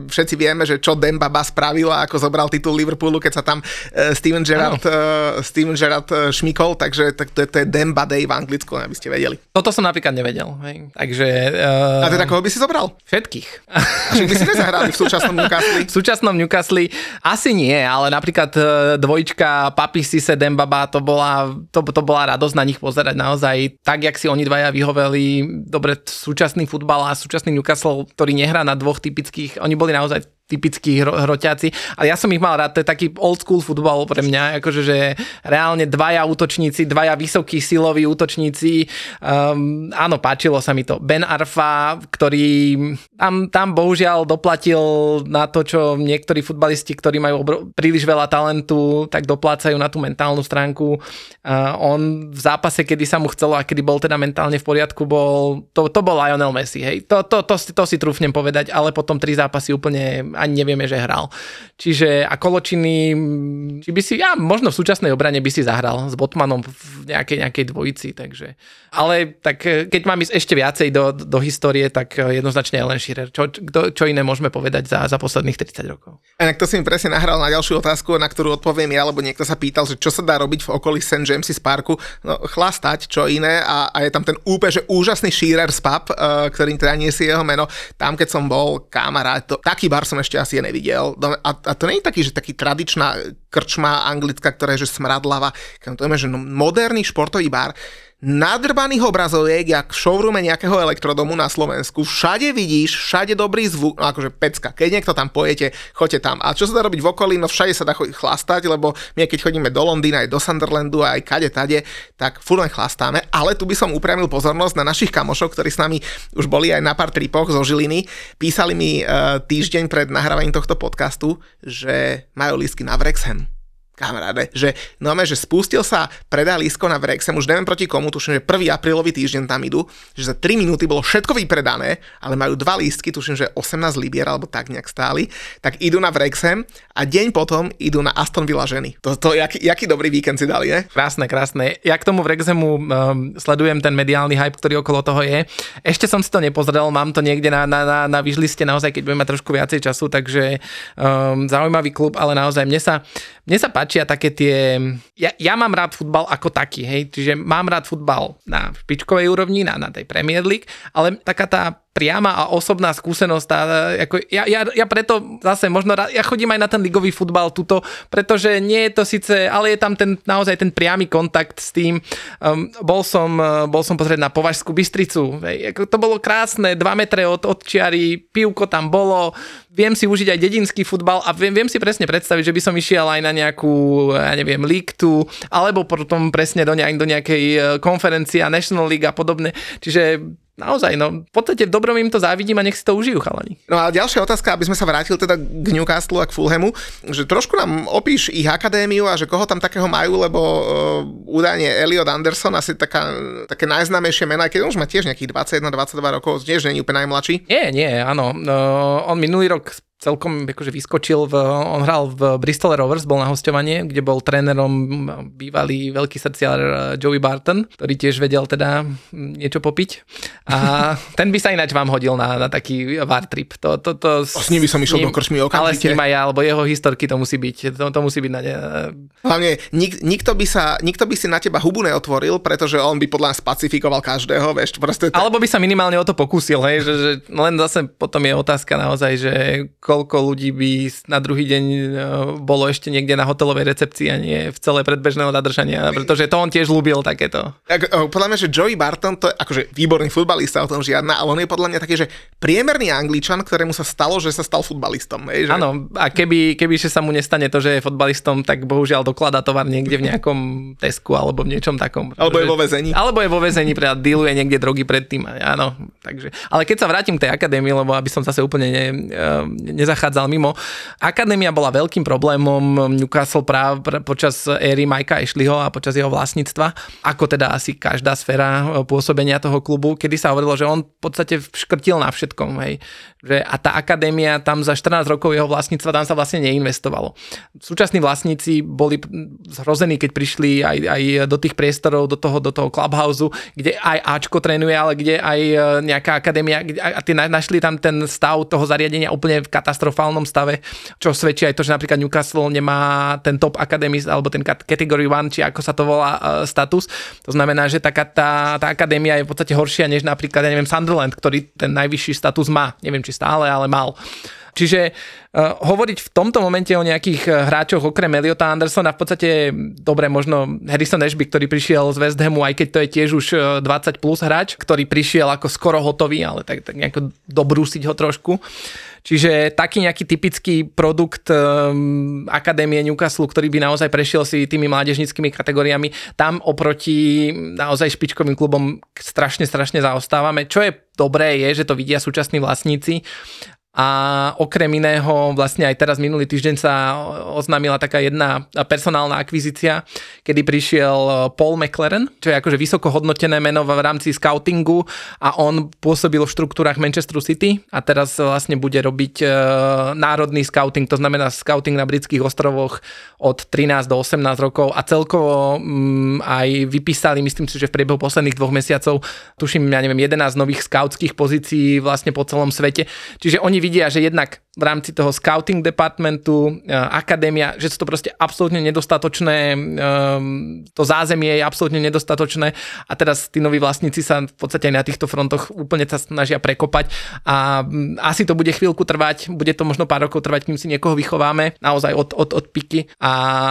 všetci vieme, že čo Dembaba spravil a ako zobral titul Liverpoolu, keď sa tam uh, Steven Gerrard, uh, Steven Gerrard uh, šmykol, takže tak to, je, to je Demba Day v Anglicku, aby ste vedeli. Toto som napríklad nevedel. Hej. Takže... Uh... A teda koho by si zobral? Všetkých. A však by si nezahrali v súčasnom Newcastle? V súčasnom Newcastle asi nie, ale napríklad dvojička Papi Cissé Dembaba, to bola, to, to bola radosť na nich pozerať naozaj. Tak, jak si oni dvaja vyhoveli, dobre, súčasný futbal a súčasný Newcastle, ktorý nehrá na dvoch typických, oni boli naozaj typickí hro, hroťáci, ale ja som ich mal rád, to je taký old school futbal pre mňa, akože, že reálne dvaja útočníci, dvaja vysokí siloví útočníci, um, áno, páčilo sa mi to. Ben Arfa, ktorý tam, tam bohužiaľ doplatil na to, čo niektorí futbalisti, ktorí majú obro- príliš veľa talentu, tak doplácajú na tú mentálnu stránku. Uh, on v zápase, kedy sa mu chcelo a kedy bol teda mentálne v poriadku, bol, to, to bol Lionel Messi, hej. To, to, to, to, to si trúfnem povedať, ale potom tri zápasy úplne ani nevieme, že hral. Čiže a Koločiny, či by si, ja možno v súčasnej obrane by si zahral s Botmanom v nejakej, nejakej dvojici, takže. Ale tak keď mám ísť ešte viacej do, do histórie, tak jednoznačne len Shearer. Čo, čo, čo iné môžeme povedať za, za posledných tridsať rokov? A to si mi presne nahral na ďalšiu otázku, na ktorú odpoviem ja, lebo niekto sa pýtal, že čo sa dá robiť v okolí Saint James's Parku. No chlastať, čo iné, a, a je tam ten úplne že úžasný Shearer's pub, uh, ktorý teda niesie jeho meno. Tam, keď som bol kamarát, to, taký bar som ešte asi nevidel. A, a to nie je taký, že taký tradičná krčma anglická, ktorá je že smradlava. To je, že no, moderný športový bar, nadrbaných obrazoviek, jak v showroome nejakého elektrodomu na Slovensku. Všade vidíš, všade dobrý zvuk, no akože pecka. Keď niekto tam pojete, choďte tam. A čo sa dá robiť v okolí? No všade sa dá chodiť chlastať, lebo my keď chodíme do Londýna, aj do Sunderlandu, aj kade tade, tak furt len chlastáme. Ale tu by som upriamil pozornosť na našich kamošov, ktorí s nami už boli aj na pár tripoch zo Žiliny. Písali mi uh, týždeň pred nahrávaním tohto podcastu, že majú lístky na Wrexham. Kamaráde, že no že spustil sa predaj lístko na Wrexham, už neviem proti komu, tuším, že prvý aprílový týždeň tam idú, že za tri minúty bolo všetko vypredané, ale majú dva lístky, tuším, že osemnásť libier, alebo tak nejak stáli, tak idú na Wrexham a deň potom idú na Aston Villa ženy. To, to jaký, jaký dobrý víkend si dali, ne? Krásne, krásne. Ja k tomu Wrexhamu um, sledujem ten mediálny hype, ktorý okolo toho je. Ešte som si to nepozrel, mám to niekde na, na, na, na vyžliste, naozaj, keď budem mať trošku viacej času, takže um, zaujímavý klub, ale naozaj mne sa, mne sa páčia také tie... Ja, ja mám rád futbal ako taký, hej, čiže mám rád futbal na špičkovej úrovni, na, na tej Premier League, ale taká tá priama a osobná skúsenosť, tá, ako ja, ja, ja preto zase možno rád, ja chodím aj na ten ligový futbal tuto, pretože nie je to síce, ale je tam ten, naozaj ten priamy kontakt s tým. Um, bol som, bol som pozrieť na Považskú Bystricu, hej, ako to bolo krásne, dva metre od, od čiary, pivko tam bolo, viem si užiť aj dedinský futbal a viem, viem si presne predstaviť, že by som išiel aj na nejakú, ja neviem, League dva, alebo potom presne do, nejak, do nejakej konferencie a National League a podobne, čiže naozaj, no, v podstate v dobrom im to závidím a nech si to užijú, chalani. No a ďalšia otázka, aby sme sa vrátili teda k Newcastle a k Fulhamu, že trošku nám opíš ich akadémiu a že koho tam takého majú, lebo uh, údajne Elliot Anderson, asi taká, také najznámejšie mená, keď on už má tiež nejakých dvadsaťjeden dvadsaťdva rokov, tiež nie je úplne najmladší. Nie, nie, áno. Uh, on minulý rok celkom akože vyskočil, v, on hral v Bristol Rovers, bol na hosťovanie, kde bol trénerom bývalý veľký srdciar Joey Barton, ktorý tiež vedel teda niečo popiť. A ten by sa ináč vám hodil na, na taký war trip. To, to, to, s ním by som išiel do krčmy okamžite. Ale s ním aj ja, lebo jeho historky to musí byť. To, to musí byť na ne. Hlavne nik, nikto, by sa, nikto by si na teba hubu neotvoril, pretože on by podľa nás pacifikoval každého. Vieš, proste to... Alebo by sa minimálne o to pokúsil. Hej, že, že len zase potom je otázka naozaj, že koľko ľudí by na druhý deň bolo ešte niekde na hotelovej recepcii a nie v celé predbežného zadržania, pretože to on tiež ľúbil takéto. Tak, podľa mňa, že Joey Barton to je akože výborný futbalista, o tom žiadna, ale on je podľa mňa taký, že priemerný Angličan, ktorému sa stalo, že sa stal futbalistom. Hej, že... Áno, a keby, keby že sa mu nestane to, že je futbalistom, tak bohužiaľ dokladá tovar niekde v nejakom Tesku alebo v niečom takom. Alebo je vo väzení. Alebo je vo väzení, pretože dealuje niekde drogy predtým. Áno, takže. Ale keď sa vrátim k tej akadémii, lebo aby som zase úplne ne, nezachádzal mimo. Akadémia bola veľkým problémom Newcastle práve počas éry Mikea Ashleyho a počas jeho vlastníctva, ako teda asi každá sféra pôsobenia toho klubu, kedy sa hovorilo, že on v podstate škrtil na všetkom, hej. Že a tá akadémia tam za štrnásť rokov jeho vlastníctva tam sa vlastne neinvestovalo. Súčasní vlastníci boli zhrození, keď prišli aj, aj do tých priestorov, do toho, do toho clubhouse, kde aj Ačko trénuje, ale kde aj nejaká akadémia a tí našli tam ten stav toho zariadenia úplne katastrofálnom stave, čo svedčí aj to, že napríklad Newcastle nemá ten top academy alebo ten category one, či ako sa to volá, status. To znamená, že taká tá, tá akadémia je v podstate horšia než napríklad, ja neviem, Sunderland, ktorý ten najvyšší status má. Neviem, či stále, ale mal. Čiže uh, hovoriť v tomto momente o nejakých hráčoch okrem Eliota Andersona v podstate, dobre, možno Harrison Ashby, ktorý prišiel z West Hamu, aj keď to je tiež už dvadsať plus hráč, ktorý prišiel ako skoro hotový, ale tak, tak nejako dobrúsiť ho trošku. Čiže taký nejaký typický produkt um, akadémie Newcastle, ktorý by naozaj prešiel si tými mládežníckymi kategóriami, tam oproti naozaj špičkovým klubom strašne, strašne zaostávame. Čo je dobré, je, že to vidia súčasní vlastníci. A okrem iného, vlastne aj teraz minulý týždeň sa oznámila taká jedna personálna akvizícia, kedy prišiel Paul McLaren, čo je akože vysoko hodnotené meno v rámci scoutingu a on pôsobil v štruktúrach Manchesteru City a teraz vlastne bude robiť e, národný scouting, to znamená scouting na britských ostrovoch od trinásť do osemnásť rokov a celkovo m, aj vypísali, myslím si, že v priebehu posledných dvoch mesiacov, tuším, ja neviem, jedenásť nových scoutských pozícií vlastne po celom svete. Čiže oni vidia, že jednak v rámci toho scouting departmentu, akadémia, že sú to proste absolútne nedostatočné, to zázemie je absolútne nedostatočné a teraz tí noví vlastníci sa v podstate aj na týchto frontoch úplne sa snažia prekopať a asi to bude chvíľku trvať, bude to možno pár rokov trvať, kým si niekoho vychováme, naozaj od, od, od piky a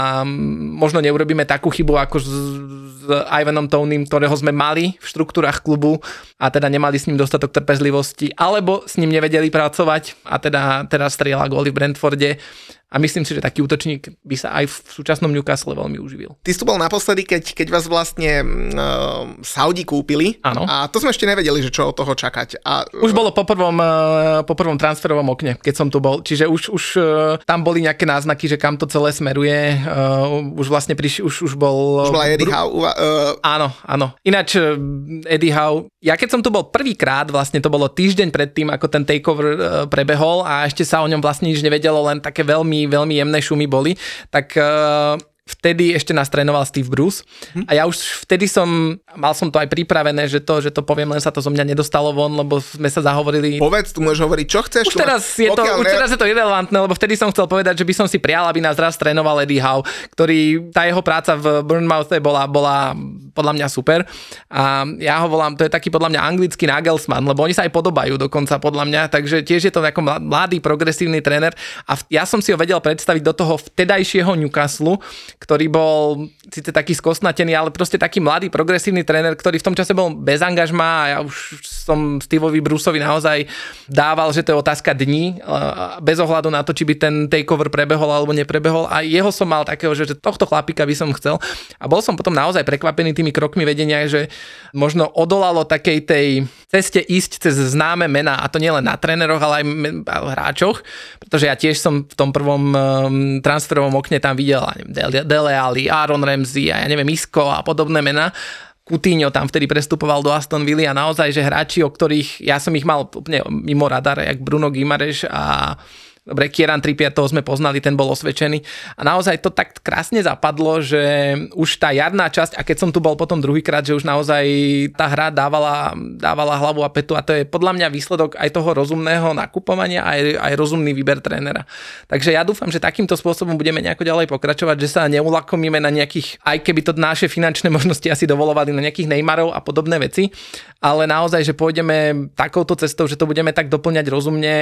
možno neurobíme takú chybu ako s, s Ivanom Tonym, ktorého sme mali v štruktúrach klubu a teda nemali s ním dostatok trpezlivosti, alebo s ním nevedeli pracovať a teda teraz strieľa góly v Brentforde a myslím si, že taký útočník by sa aj v súčasnom Newcastle veľmi uživil. Ty si tu bol naposledy, keď, keď vás vlastne uh, Saudi kúpili. Áno. A to sme ešte nevedeli, že čo od toho čakať. A, už bolo po prvom, uh, po prvom transferovom okne, keď som tu bol. Čiže už, už uh, tam boli nejaké náznaky, že kam to celé smeruje. Uh, už vlastne prišli, už, už bol... Už bola Eddie Howe. Uh, áno, áno. Ináč uh, Eddie Howe, ja keď som tu bol prvýkrát, vlastne to bolo týždeň predtým, ako ten takeover uh, prebehol a ešte sa o ňom vlastne nič nevedelo, len také veľmi, veľmi jemné šumy boli, tak uh, vtedy ešte nás trénoval Steve Bruce hm. a ja už vtedy som, mal som to aj pripravené, že to, že to poviem, len sa to zo mňa nedostalo von, lebo sme sa zahovorili. Povedz, tu môžeš hovoriť, čo chceš. Už teraz je to, už teraz je to irelevantné, lebo vtedy som chcel povedať, že by som si prial, aby nás raz trénoval Eddie Howe, ktorý, tá jeho práca v Bournemouthe bola, bola podľa mňa super a ja ho volám, to je taký podľa mňa anglický Nagelsmann, lebo oni sa aj podobajú dokonca podľa mňa, takže tiež je to ako mladý, progresívny tréner a ja som si ho vedel predstaviť do toho vtedajšieho Newcastle, ktorý bol síce taký skosnatený, ale proste taký mladý, progresívny tréner, ktorý v tom čase bol bez angažmá a ja už som Steveovi Bruceovi naozaj dával, že to je otázka dní, bez ohľadu na to, či by ten takeover prebehol alebo neprebehol a jeho som mal takého, že tohto chlapíka by som chcel a bol som potom naozaj prekvapený tými krokmi vedenia, že možno odolalo takej tej ceste ísť cez známe mená a to nielen na tréneroch, ale aj hráčoch, pretože ja tiež som v tom prvom transferovom okne tam videl Dele Alli, Aaron Ramsey a ja neviem, Isco a podobné mená. Coutinho tam vtedy prestupoval do Aston Villa a naozaj, že hráči, o ktorých ja som ich mal úplne mimo radar, jak Bruno Guimaraes a dobre, Kieran Trippier, toho sme poznali, ten bol osvedčený. A naozaj to tak krásne zapadlo, že už tá jarná časť, a keď som tu bol potom druhýkrát, že už naozaj tá hra dávala, dávala hlavu a petu a to je podľa mňa výsledok aj toho rozumného nakupovania, aj, aj rozumný výber trénera. Takže ja dúfam, že takýmto spôsobom budeme nejako ďalej pokračovať, že sa neulakomíme na nejakých, aj keby to naše finančné možnosti asi dovolovali, na nejakých Neymarov a podobné veci, ale naozaj, že pôjdeme takouto cestou, že to budeme tak doplňať rozumne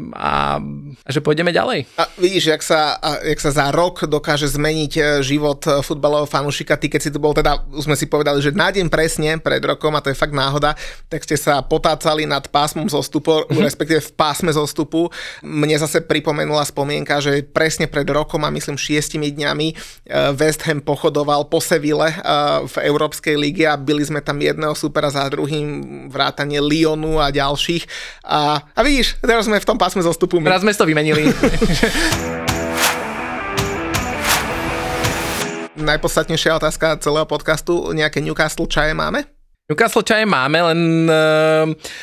a že pôjdeme ďalej. A vidíš, jak sa, jak sa za rok dokáže zmeniť život futbalového fanúšika. Ty, keď si tu bol, teda už sme si povedali, že na deň presne pred rokom, a to je fakt náhoda, tak ste sa potácali nad pásmom zostupu, mm-hmm. respektíve v pásme zostupu. Mne zase pripomenula spomienka, že presne pred rokom a myslím šiestimi dňami West Ham pochodoval po Seville v Európskej lige a byli sme tam jedného supera za druhým, vrátane Lyonu a ďalších. A, a vidíš, teraz sme v tom pásme zostupu. Teraz sme to vymenili. Najpodstatnejšia otázka celého podcastu, nejaké Newcastle čaje máme? Newcastle čaje máme, len uh,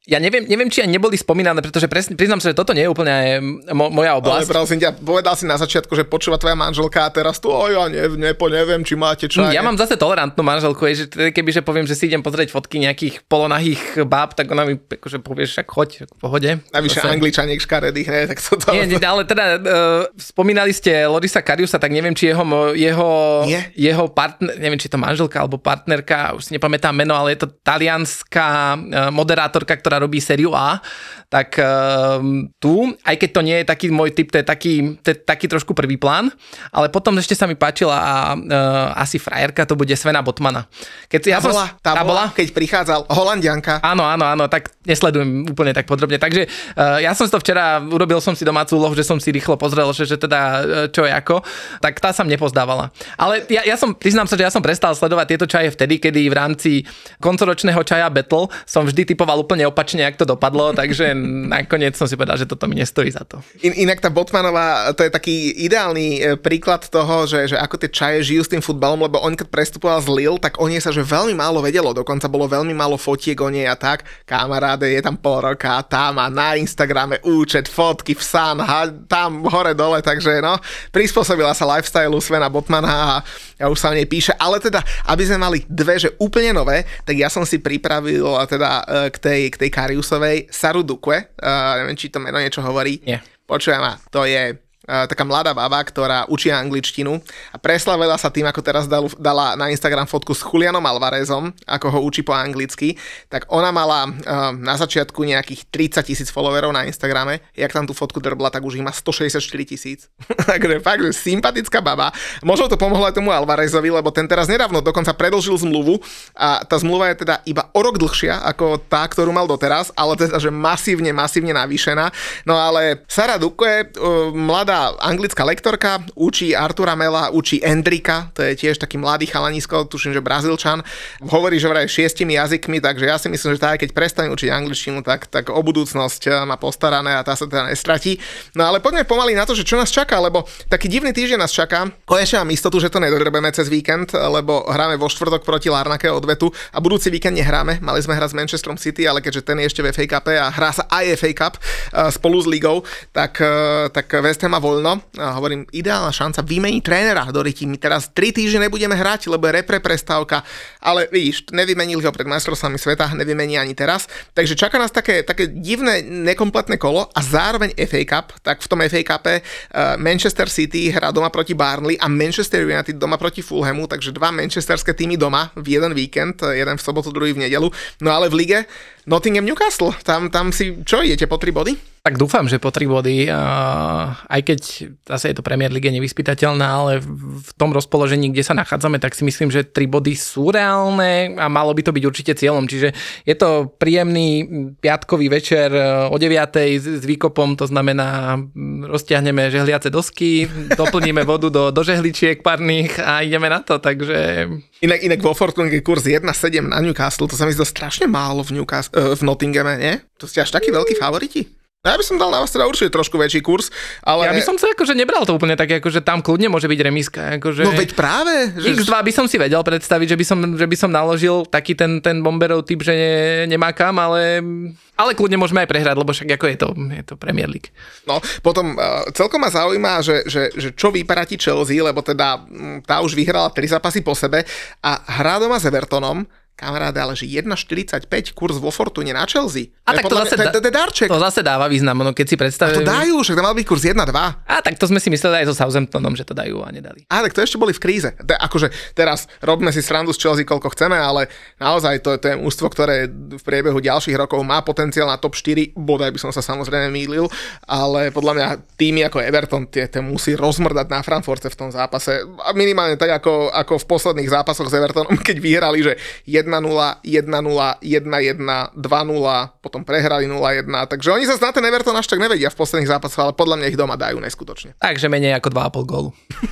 Ja neviem, neviem, či aj neboli spomínané, pretože presne, priznám sa, že toto nie je úplne mo- moja oblasť. Ale prosím ťa, povedal si na začiatku, že počúva tvoja manželka a teraz tu, o ja ne, nepo, neviem, či máte čaj. Ja mám zase tolerantnú manželku, že kebyže poviem, že si idem pozrieť fotky nejakých polonahých báb, tak ona mi akože povie, však choď, v pohode. Navyše Zase... Angličaniek škaredých, ne, tak to... to... Nie, nie, ale teda uh, spomínali ste Lorisa Kariusa, tak neviem, či jeho, jeho, jeho partner, neviem, či to manželka alebo partnerka, už si nepamätám meno, ale je to talianská uh, moderátorka, ktorá robí sériu A, tak uh, tu, aj keď to nie je taký môj typ, to je taký, to je taký trošku prvý plán, ale potom ešte sa mi páčila a uh, asi frajerka, to bude Svena Botmana. Keď ja tá, som, bola, tá, tá bola, keď prichádzal Holandianka. Áno, áno, áno, tak nesledujem úplne tak podrobne. Takže uh, ja som si to včera, urobil som si domácu úlohu, že som si rýchlo pozrel, že, že teda uh, čo je ako, tak tá sa mne pozdávala. Ale ja, ja som, priznám sa, že ja som prestal sledovať tieto čaje vtedy, kedy v rámci koncoročného čaja Battle som vždy typoval úplne opačne, jak to dopadlo, takže nakoniec som si povedal, že toto mi nestojí za to. In, inak tá Botmanová, to je taký ideálny príklad toho, že, že ako tie čaje žijú s tým futbalom, lebo on keď prestupoval z Lille, tak o nej sa že veľmi málo vedelo, dokonca bolo veľmi málo fotiek o nej a tak. Kamaráde, je tam pol roka, tá má na Instagrame účet, fotky v san, ha, tam hore dole, takže no, prispôsobila sa lifestyleu Svena Botmana a, a už sa o nej píše, ale teda, aby sme mali dve, že úplne nové, tak ja som si pripravil teda k tej, k tej Kariusovej Saru Dukwe, uh, neviem, či to meno niečo hovorí. Nie. Počujem ma, to je uh, taká mladá baba, ktorá učí angličtinu a preslavila sa tým, ako teraz dal, dala na Instagram fotku s Julianom Alvarezom, ako ho učí po anglicky, tak ona mala uh, na začiatku nejakých tridsať tisíc followerov na Instagrame, jak tam tú fotku drbla, tak už ich má stošesťdesiatštyri tisíc. Takže fakt, že sympatická baba. Možno to pomohlo aj tomu Alvarezovi, lebo ten teraz nedávno dokonca predĺžil zmluvu a tá zmluva je teda iba o rok dlhšia ako tá, ktorú mal doteraz, ale teda, že masívne, masívne navýšená. No ale Sara Dukwe, uh, mladá anglická lektorka, učí Artura Mela, učí Endrika, to je tiež taký mladý chalanisko, tuším, že Brazílčan. Hovorí, že vraj šiestimi jazykmi, takže ja si myslím, že tá, keď prestane učiť angličtinu, tak, tak o budúcnosť má postarané a tá sa teda nestratí. No ale poďme pomaly na to, že čo nás čaká, lebo taký divný týždeň nás čaká. Konečne mám istotu, že to nedodrbeme cez víkend, lebo hráme vo štvrtok proti Larnake odvetu a budúci víkend nehráme. Mali sme hrať s Manchesterom City, ale keďže ten je ešte v ef á Cupe a hrá sa aj ef á Cup spolu s ligou, tak, tak West Ham má voľno. A hovorím, ideálna šanca vymeniť trénera do ryti. My teraz tri týždne nebudeme hrať, lebo je repre prestávka, ale vidíš, nevymenili ho pred majstrovstvami sveta, nevymení ani teraz. Takže čaká nás také, také divné, nekompletné kolo a zároveň ef á Cup. Tak v tom ef á Cupe Manchester City hrá doma proti Burnley a Manchester United doma proti Fulhamu, takže dva manchesterské týmy doma v jeden víkend, jeden v sobotu, druhý v nedeľu. No ale v lige Nottingham Newcastle, tam, tam si čo, idete po tri body? Tak dúfam, že po tri body, uh, aj keď zase je to Premier League nevyspytateľná, ale v tom rozpoložení, kde sa nachádzame, tak si myslím, že tri body sú reálne a malo by to byť určite cieľom. Čiže je to príjemný piatkový večer o deviatej s výkopom, to znamená roztiahneme žehliace dosky, doplníme vodu do, do žehličiek parných a ideme na to, takže... Inak, inak vo Fortune je kurz jeden sedem na Newcastle, to sa mi zdá strašne málo v, Newcastle, uh, v Nottinghame, nie? To ste až takí veľkí favoriti? Ja by som dal na vás teda určite trošku väčší kurz, ale... Ja by som sa akože nebral to úplne tak, akože tam kľudne môže byť remíska. Akože... No veď práve. Že... iks dva by som si vedel predstaviť, že by som, že by som naložil taký ten, ten bomberov typ, že ne, nemá kam, ale, ale kľudne môžeme aj prehrať, lebo však ako je to, je to Premier League. No, potom uh, celkom ma zaujíma, že, že, že čo vyparatí Chelsea, lebo teda tá už vyhrala tri zápasy po sebe a hrá doma s Evertonom. Kamaráde, ale že jeden štyridsaťpäť kurz vo Fortune na Chelsea. A tak to zase, mňa, to, to, to, to zase dáva význam, no keď si predstavíme. A to dajú, však tam mal byť kurz jeden dva. A tak to sme si mysleli aj so Southamptonom, že to dajú a nedali. A tak to ešte boli v kríze. De, akože teraz robíme si srandu z Chelsea koľko chceme, ale naozaj to, to je mužstvo, ktoré v priebehu ďalších rokov má potenciál na top štyri, bodaj by som sa samozrejme mýlil, ale podľa mňa týmy ako Everton tie, tie musí rozmrdať na Frankfurte v tom zápase. A minimálne tak ako, ako v posledných zápasoch s Evertonom, keď vyhrali, že jeden nula, jeden nula, jeden jeden, dva nula, potom prehrali nula jeden, takže oni sa na ten Everton až tak nevedia v posledných zápasoch, ale podľa mňa ich doma dajú neskutočne. Takže menej ako dva a pol gólu.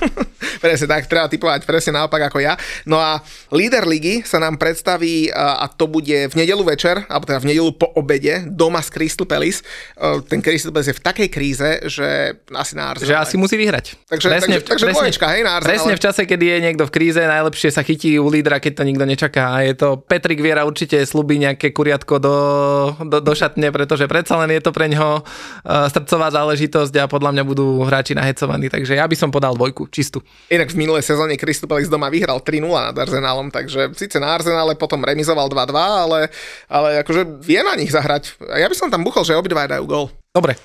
Presne tak, treba typovať presne naopak ako ja. No a líder ligy sa nám predstaví a to bude v nedeľu večer, alebo teda v nedeľu po obede, doma s Crystal Palace. Ten Crystal Palace je v takej kríze, že asi na Arsenal. Že asi musí vyhrať. Takže, presne, takže, takže presne, dvoječka, hej, na Arsenal. Presne v čase, kedy je niekto v kríze, najlepšie sa chytí u lídra, keď to nikto nečaká a je to to Petrik Viera určite slúbi nejaké kuriatko do, do, do šatne, pretože predsa len je to pre ňoho uh, srdcová záležitosť a podľa mňa budú hráči nahecovaní, takže ja by som podal dvojku, čistú. Inak v minulej sezóne Crystal Palace doma vyhral tri nula nad Arsenálom, takže síce na Arsenále potom remizoval dva dva, ale, ale akože vie na nich zahrať. Ja by som tam buchol, že obidva dajú gól. Dobre.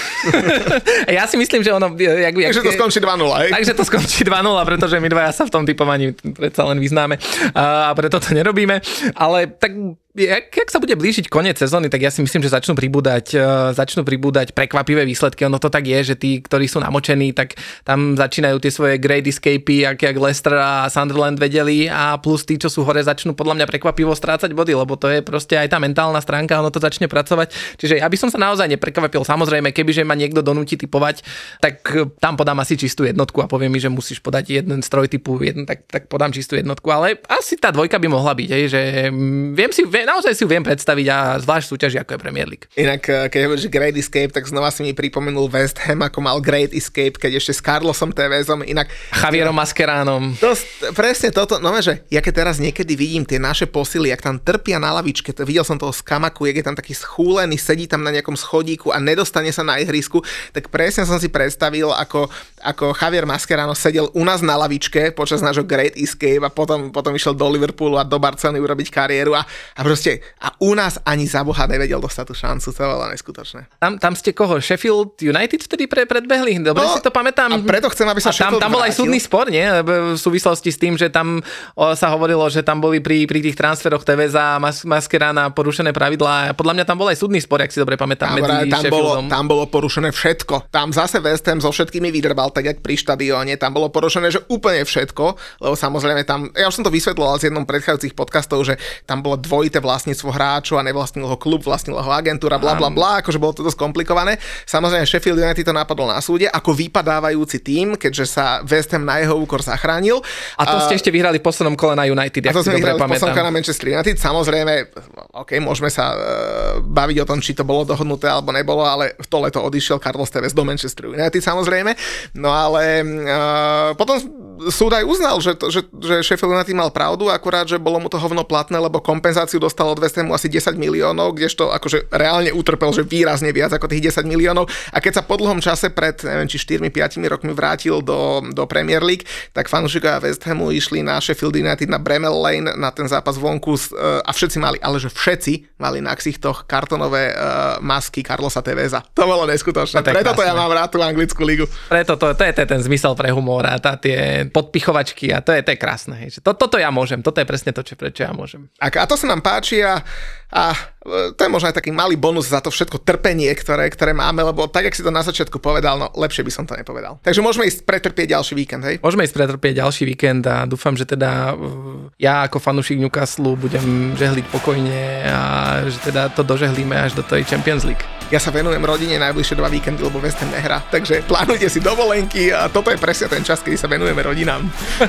Ja si myslím, že ono... Jak, jak, takže to skončí dva nula, hej? Takže to skončí dva nula, pretože my dvaja sa v tom typovaní predsa len vyznáme a preto to nerobíme. Ale tak jak, jak sa bude blížiť koniec sezóny, tak ja si myslím, že začnú pribúdať, začnú pribúdať prekvapivé výsledky. Ono to tak je, že tí, ktorí sú namočení, tak tam začínajú tie svoje great escapy, jak, jak Leicester a Sunderland vedeli, a plus tí, čo sú hore, začnú podľa mňa prekvapivo strácať body, lebo to je proste aj tá mentálna stránka, ono to začne pracovať. Čiže ja by som sa naozaj neprekvapil. Samozrejme, kebyže ma niekto donúti typovať, tak tam podám asi čistú jednotku a povie mi, že musíš podať jeden stroj typu jeden, tak, tak podám čistú jednotku. Ale asi tá dvojka by mohla byť, hej, že viem si, naozaj si ju viem predstaviť, a zvlášť súťaži, ako je Premier League. Inak, keď hovoríš Great Escape, tak znova si mi pripomenul West Ham, ako mal Great Escape, keď ešte s Carlosom Tévezom, inak Javierom Maskeránom. To, presne toto, no že ja keď teraz niekedy vidím tie naše posily, jak tam trpia na lavičke, to videl som toho Skamaku, jak je tam taký schúlený, sedí tam na nejakom schodíku a nedostane sa na ihrisku, tak presne som si predstavil, ako, ako Javier Mascherano sedel u nás na lavičke počas nášho Great Escape a potom, potom išiel do Liverpoolu a do Barcelony urobiť kariéru a, a proste a u nás ani za Boha nevedel dostať tú šancu, to bolo neskutočné. Tam, tam ste koho? Sheffield United vtedy pre, predbehli? Dobre, no, si to pamätám. A preto chcem, aby sa Sheffield tam, tam bol aj súdny spor, nie? V súvislosti s tým, že tam o, sa hovorilo, že tam boli pri, pri tých transferoch Teveza a Mas, Mascherana porušené pravidlá. A podľa mňa tam bol aj súdny spor, ak si dobre pamätám, medzi tam Sheffieldom. Bolo, tam bolo porušené všetko. Tam zase West Ham so všetkými vydrbal, tak jak pri štadióne. Tam bolo porušené, že úplne všetko, lebo samozrejme tam, ja už som to vysvetloval z jednom predchádzajúcich podcastov, že tam bolo dvojité vlastníctvo hráčov a nevlastnil ho klub, vlastnila ho agentúra, bla bla bla, akože bolo to dosť komplikované. Samozrejme Sheffield United to napadlo na súde ako vypadávajúci tím, keďže sa West Ham na jeho úkor zachránil. A to a, ste ešte vyhrali v poslednom kole na United, ak si dobre pamätám. A to sme vyhrali v poslednom kole na Manchester United. Samozrejme, OK, môžeme sa uh, baviť o tom, či to bolo dohodnuté alebo nebolo, ale v to leto odišiel Carlos Tevez do Manchester United, samozrejme. No ale uh, potom súd aj uznal, že, to, že, že Sheffield United mal pravdu, akurát, že bolo mu to hovno platné, lebo kompenzáciu dostal od West Hamu asi desať miliónov, kdežto akože reálne utrpel, že výrazne viac ako tých desať miliónov. A keď sa po dlhom čase pred, neviem, či štyri päť rokmi vrátil do, do Premier League, tak fanúšikovia West Hamu išli na Sheffield United na Bramall Lane na ten zápas vonku uh, a všetci mali, ale že všetci mali na ksichtoch kartonové uh, masky Carlosa Teveza. To bolo neskutočné. To Preto to ja mám rád tú anglickú ligu. Preto to, to je ten zmysel pre humor a tá, tie podpichovačky a to je, to je krásne. Hej. To, toto ja môžem, toto je presne to, čo, prečo ja môžem. A, a to sa nám páči a, a to je možno aj taký malý bonus za to všetko trpenie, ktoré, ktoré máme, lebo tak, jak si to na začiatku povedal, no lepšie by som to nepovedal. Takže môžeme ísť pretrpieť ďalší víkend, hej? Môžeme ísť pretrpieť ďalší víkend a dúfam, že teda ja ako fanúšik Newcastle budem žehliť pokojne a že teda to dožehlíme až do tej Champions League. Ja sa venujem rodine najbližšie dva víkendy, lebo West Ham nehrá, takže plánujte si dovolenky a toto je presne ten čas, kedy sa venujeme rodinám.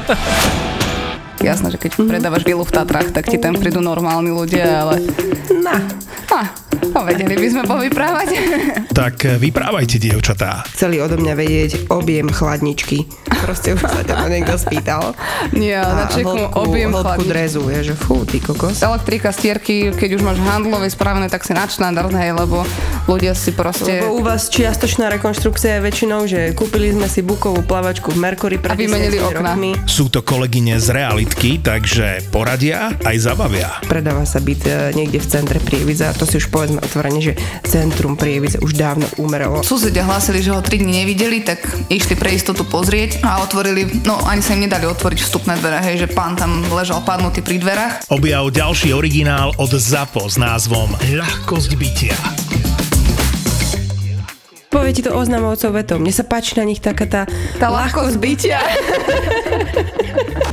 Jasné, že keď predávaš vilu v Tatrách, tak ti tam prídu normálni ľudia, ale... No. Ah, no, vedeli by sme povyprávať. Tak vyprávajte, dievčatá. Chceli odo mňa vedieť objem chladničky. Proste už sa ťa to niekto spýtal. Nie, na čeku objem chladničky. drezu, je, že fú, ty kokos. Elektrika, stierky, keď už máš handlové spravené, tak si načnádar, hej, lebo ľudia si proste... Lebo u vás čiastočná rekonštrukcia je väčšinou, že kúpili sme si bukovú plavačku v Mercury pred vymenili okná. Rokmi. Sú to kolegyne z Realitky, takže poradia aj zabavia. Predáva sa byt niekde v centre Prievidza, to si už povedzme otvorene, že centrum Prievidza už dávno umrelo. Susedia hlásili, že ho tri dni nevideli, tak išli pre istotu pozrieť a otvorili, no ani sa im nedali otvoriť vstupné dvere, hej, že pán tam ležal padnutý pri dverách. Objav ďalší originál od ZAPO s názvom Ľahkosť bytia. Povie ti to oznamovcov vetou. Mne sa páči na nich taká tá, tá ľahkosť bytia.